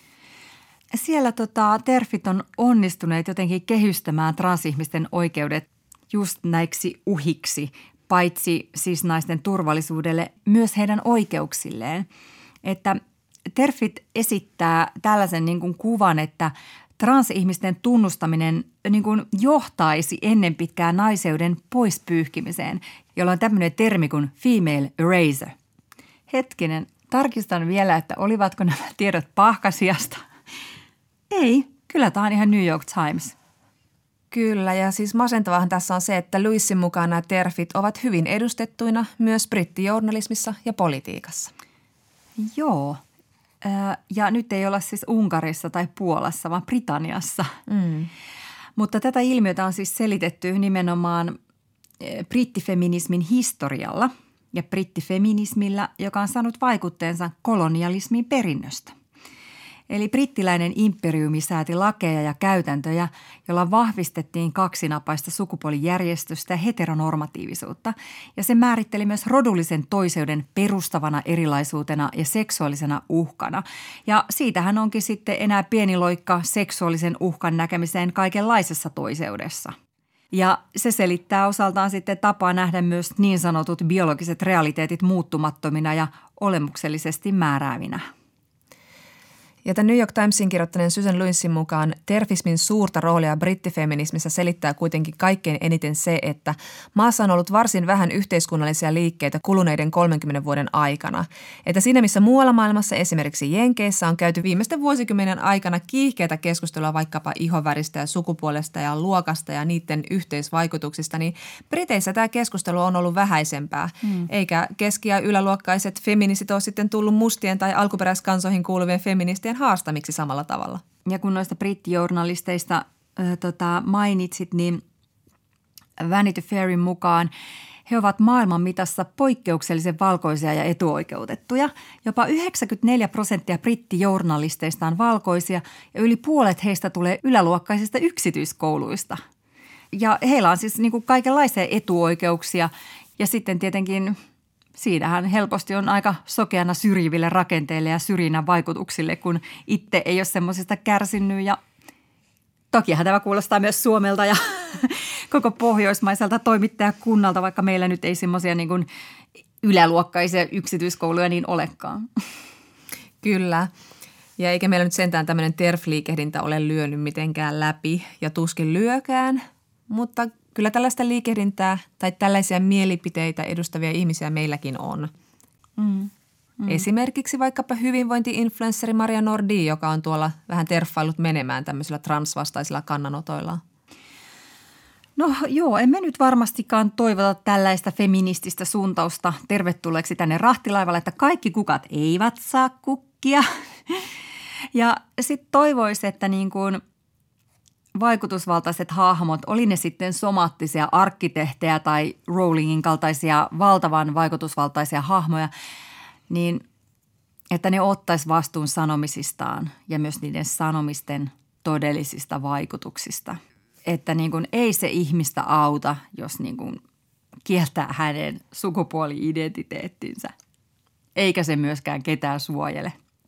Siellä tota, terfit on onnistuneet jotenkin kehystämään transihmisten oikeudet just näiksi uhiksi, paitsi siis naisten turvallisuudelle, myös heidän oikeuksilleen. Että terfit esittää tällaisen niin kuin kuvan, että transihmisten tunnustaminen niin kuin johtaisi ennen pitkää naiseuden poispyyhkimiseen, jolla on tämmöinen termi kuin female eraser. Hetkinen, tarkistan vielä, että olivatko nämä tiedot Pahkasiasta. Ei, kyllä tämä on ihan New York Times. Kyllä, ja siis masentavahan tässä on se, että Lewisin mukaan nämä terfit ovat hyvin edustettuina myös brittijournalismissa ja politiikassa. Joo, ja nyt ei olla siis Unkarissa tai Puolassa, vaan Britanniassa. Mm. Mutta tätä ilmiötä on siis selitetty nimenomaan brittifeminismin historialla ja brittifeminismillä, joka on saanut vaikutteensa kolonialismin perinnöstä. Eli brittiläinen imperiumi sääti lakeja ja käytäntöjä, joilla vahvistettiin kaksinapaista sukupuolijärjestystä ja heteronormatiivisuutta. Ja se määritteli myös rodullisen toiseuden perustavana erilaisuutena ja seksuaalisena uhkana. Ja siitähän onkin sitten enää pieni loikka seksuaalisen uhkan näkemiseen kaikenlaisessa toiseudessa. Ja se selittää osaltaan sitten tapaa nähdä myös niin sanotut biologiset realiteetit muuttumattomina ja olemuksellisesti määräävinä. Ja tämän New York Timesin kirjoittaneen Susan Lewisin mukaan terfismin suurta roolia brittifeminismissä selittää kuitenkin kaikkein eniten se, että maassa on ollut varsin vähän yhteiskunnallisia liikkeitä kuluneiden kolmenkymmenen vuoden aikana. Että siinä missä muualla maailmassa, esimerkiksi Jenkeissä, on käyty viimeisten vuosikymmenen aikana kiihkeätä keskustelua vaikkapa ihonväristä ja sukupuolesta ja luokasta ja niiden yhteisvaikutuksista, niin Briteissä tämä keskustelu on ollut vähäisempää. Mm. Eikä keski- ja yläluokkaiset feministit ole sitten tullut mustien tai alkuperäiskansoihin kuuluvien feministien haastamiksi samalla tavalla. Ja kun noista brittijournalisteista äh, tota, mainitsit, niin Vanity Fairin mukaan he ovat maailman mitassa poikkeuksellisen valkoisia ja etuoikeutettuja. Jopa yhdeksänkymmentäneljä prosenttia brittijournalisteista on valkoisia ja yli puolet heistä tulee yläluokkaisista yksityiskouluista. Ja heillä on siis niin kuin kaikenlaisia etuoikeuksia ja sitten tietenkin siinähän helposti on aika sokeana syrjiville rakenteille ja syrjinnän vaikutuksille, kun itse ei ole semmoisesta kärsinyt. Ja tokihan tämä kuulostaa myös Suomelta ja koko pohjoismaiselta toimittajakunnalta, vaikka meillä nyt ei semmoisia niin kuin yläluokkaisia yksityiskouluja niin olekaan. Kyllä. Ja eikä meillä nyt sentään tämmöinen terf-liikehdintä ole lyönyt mitenkään läpi ja tuskin lyökään, mutta kyllä tällaista liikehdintää tai tällaisia mielipiteitä edustavia ihmisiä meilläkin on. Mm, mm. Esimerkiksi vaikkapa hyvinvointi-influenssari Maria Nordi, joka on tuolla vähän terffailut menemään tämmöisillä transvastaisilla kannanotoilla. No joo, emme nyt varmastikaan toivota tällaista feminististä suuntausta tervetulleeksi tänne rahtilaivalle, että kaikki kukat eivät saa kukkia. Ja sitten toivoisi, että niin kuin vaikutusvaltaiset hahmot, oli ne sitten somaattisia arkkitehtejä tai Rowlingin kaltaisia valtavan vaikutusvaltaisia hahmoja, niin että ne ottaisi vastuun sanomisistaan ja myös niiden sanomisten todellisista vaikutuksista. Että niin kuin ei se ihmistä auta, jos niin kuin kieltää hänen sukupuoli-identiteettinsä, eikä se myöskään ketään suojele.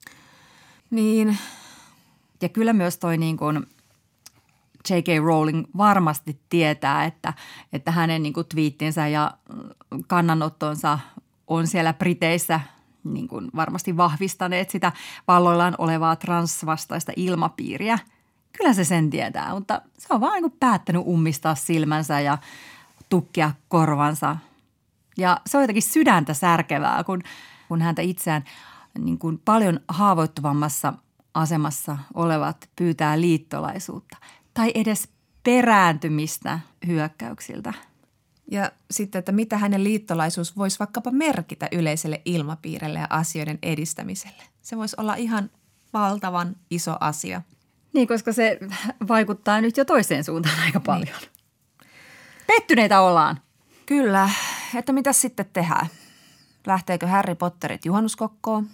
Niin. Ja kyllä myös toi niin kuin J K. Rowling varmasti tietää, että, että hänen niin kuin twiittinsä ja kannanottonsa on siellä Briteissä niin kuin varmasti vahvistaneet sitä valloillaan olevaa transvastaista ilmapiiriä. Kyllä se sen tietää, mutta se on vaan niin kuin päättänyt ummistaa silmänsä ja tukkia korvansa. Ja se on jotenkin sydäntä särkevää, kun, kun häntä itseään niin kuin paljon haavoittuvammassa asemassa olevat pyytää liittolaisuutta tai edes perääntymistä hyökkäyksiltä. Ja sitten, että mitä hänen liittolaisuus voisi vaikkapa merkitä yleiselle ilmapiirille ja asioiden edistämiselle. Se voisi olla ihan valtavan iso asia. Niin, koska se vaikuttaa nyt jo toiseen suuntaan aika paljon. Niin. Pettyneitä ollaan. Kyllä, että mitä sitten tehdään? Lähteekö Harry Potterit juhannuskokkoon?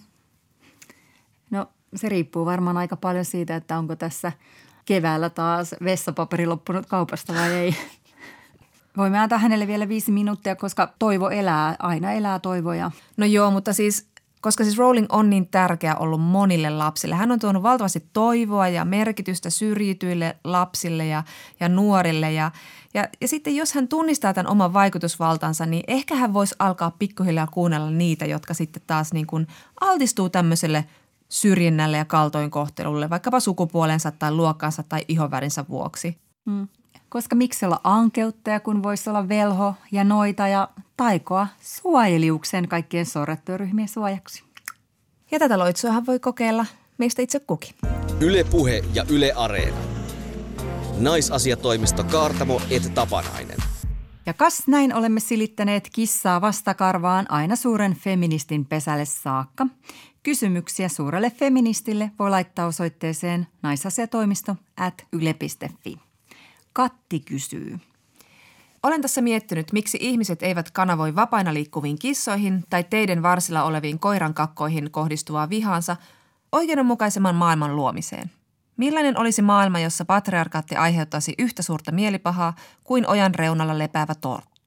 No se riippuu varmaan aika paljon siitä, että onko tässä keväällä taas vessapaperi loppunut kaupasta vai ei. Voimme antaa hänelle vielä viisi minuuttia, koska toivo elää, aina elää toivoja. No joo, mutta siis, koska siis Rowling on niin tärkeä ollut monille lapsille. Hän on tuonut valtavasti toivoa ja merkitystä syrjityille lapsille ja, ja nuorille. Ja, ja, ja sitten jos hän tunnistaa tämän oman vaikutusvaltansa, niin ehkä hän voisi alkaa pikkuhiljaa kuunnella niitä, jotka sitten taas niin kuin altistuu tämmöiselle syrjinnälle ja kaltoinkohtelulle, vaikkapa sukupuolensa tai luokkansa tai ihonvärinsä vuoksi. Hmm. Koska miksi olla ankeutta, kun voisi olla velho ja noita ja taikoa suojeliuksen kaikkien sorrettujen ryhmien suojaksi. Ja tätä loitsuahan voi kokeilla meistä itse kukin. Yle Puhe ja Yle Areena. Naisasiatoimisto Kaartamo et Tapanainen. Ja kas näin olemme silittäneet kissaa vastakarvaan aina suuren feministin pesälle saakka. Kysymyksiä suurelle feministille voi laittaa osoitteeseen naisasiatoimisto at yle piste fi. Katti kysyy. Olen tässä miettinyt, miksi ihmiset eivät kanavoi vapaina liikkuviin kissoihin tai teiden varsilla oleviin koirankakkoihin kohdistuvaa vihaansa oikeudenmukaisemman maailman luomiseen. Millainen olisi maailma, jossa patriarkaatti aiheuttaisi yhtä suurta mielipahaa kuin ojan reunalla lepäävä torttu?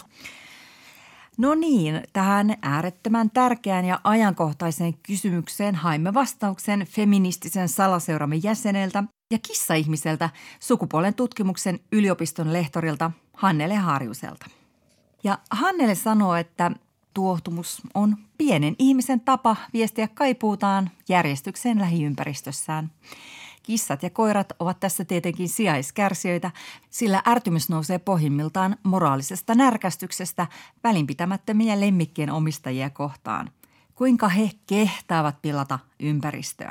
No niin, tähän äärettömän tärkeään ja ajankohtaiseen kysymykseen haimme vastauksen feministisen salaseuramme jäseneltä ja kissaihmiseltä sukupuolen tutkimuksen yliopiston lehtorilta Hannele Harjuselta. Ja Hannele sanoo, että tuohtumus on pienen ihmisen tapa viestiä kaipuutaan järjestykseen lähiympäristössään. Kissat ja koirat ovat tässä tietenkin sijaiskärsijöitä, sillä ärtymys nousee pohjimmiltaan moraalisesta närkästyksestä välinpitämättömiä lemmikkien omistajia kohtaan. Kuinka he kehtaavat pilata ympäristöä?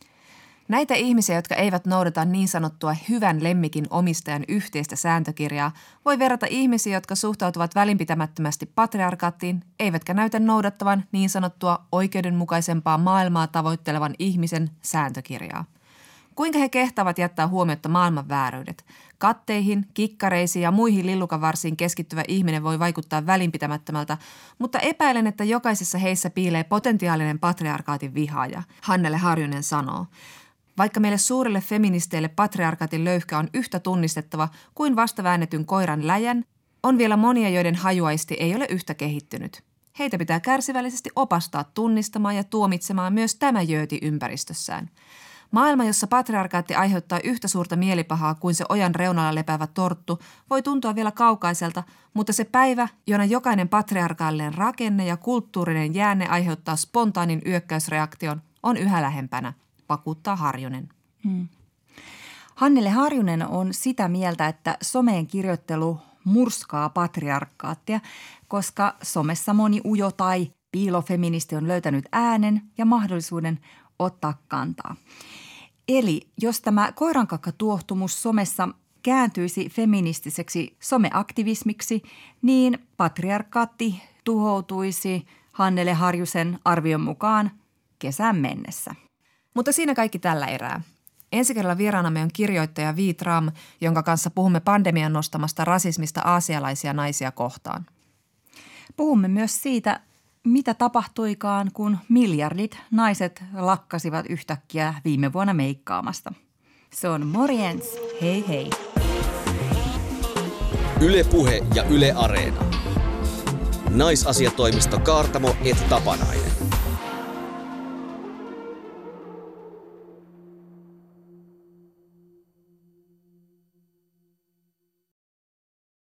Näitä ihmisiä, jotka eivät noudata niin sanottua hyvän lemmikin omistajan yhteistä sääntökirjaa, voi verrata ihmisiä, jotka suhtautuvat välinpitämättömästi patriarkaattiin, eivätkä näytä noudattavan niin sanottua oikeudenmukaisempaa maailmaa tavoittelevan ihmisen sääntökirjaa. Kuinka he kehtaavat jättää huomiotta maailman vääryydet? Katteihin, kikkareisiin ja muihin lillukanvarsiin keskittyvä ihminen voi vaikuttaa välinpitämättömältä, mutta epäilen, että jokaisessa heissä piilee potentiaalinen patriarkaatin vihaaja, Hannele Harjunen sanoo. Vaikka meille suurille feministeille patriarkaatin löyhkä on yhtä tunnistettava kuin vastaväännetyn koiran läjän, on vielä monia, joiden hajuaisti ei ole yhtä kehittynyt. Heitä pitää kärsivällisesti opastaa tunnistamaan ja tuomitsemaan myös tämä jööti ympäristössään. Maailma, jossa patriarkaatti aiheuttaa yhtä suurta mielipahaa kuin se ojan reunalla lepäävä torttu, voi tuntua vielä kaukaiselta, mutta se päivä, jona jokainen patriarkaalinen rakenne ja kulttuurinen jäänne aiheuttaa spontaanin yökkäysreaktion, on yhä lähempänä, vakuuttaa Harjunen. Hmm. Hannele Harjunen on sitä mieltä, että someen kirjoittelu murskaa patriarkaattia, koska somessa moni ujo tai piilofeministi on löytänyt äänen ja mahdollisuuden ottaa kantaa. Eli jos tämä koirankakkatuohtumus somessa kääntyisi feministiseksi someaktivismiksi, niin patriarkaatti tuhoutuisi Hannele Harjusen arvion mukaan kesän mennessä. Mutta siinä kaikki tällä erää. Ensi kerralla vieraanamme on kirjoittaja Vi Tram, jonka kanssa puhumme pandemian nostamasta rasismista aasialaisia naisia kohtaan. Puhumme myös siitä, mitä tapahtuikaan, kun miljardit naiset lakkasivat yhtäkkiä viime vuonna meikkaamasta. Se on morjens, hei hei. Yle Puhe ja Yle Areena. Naisasiatoimisto Kaartamo et Tapanainen.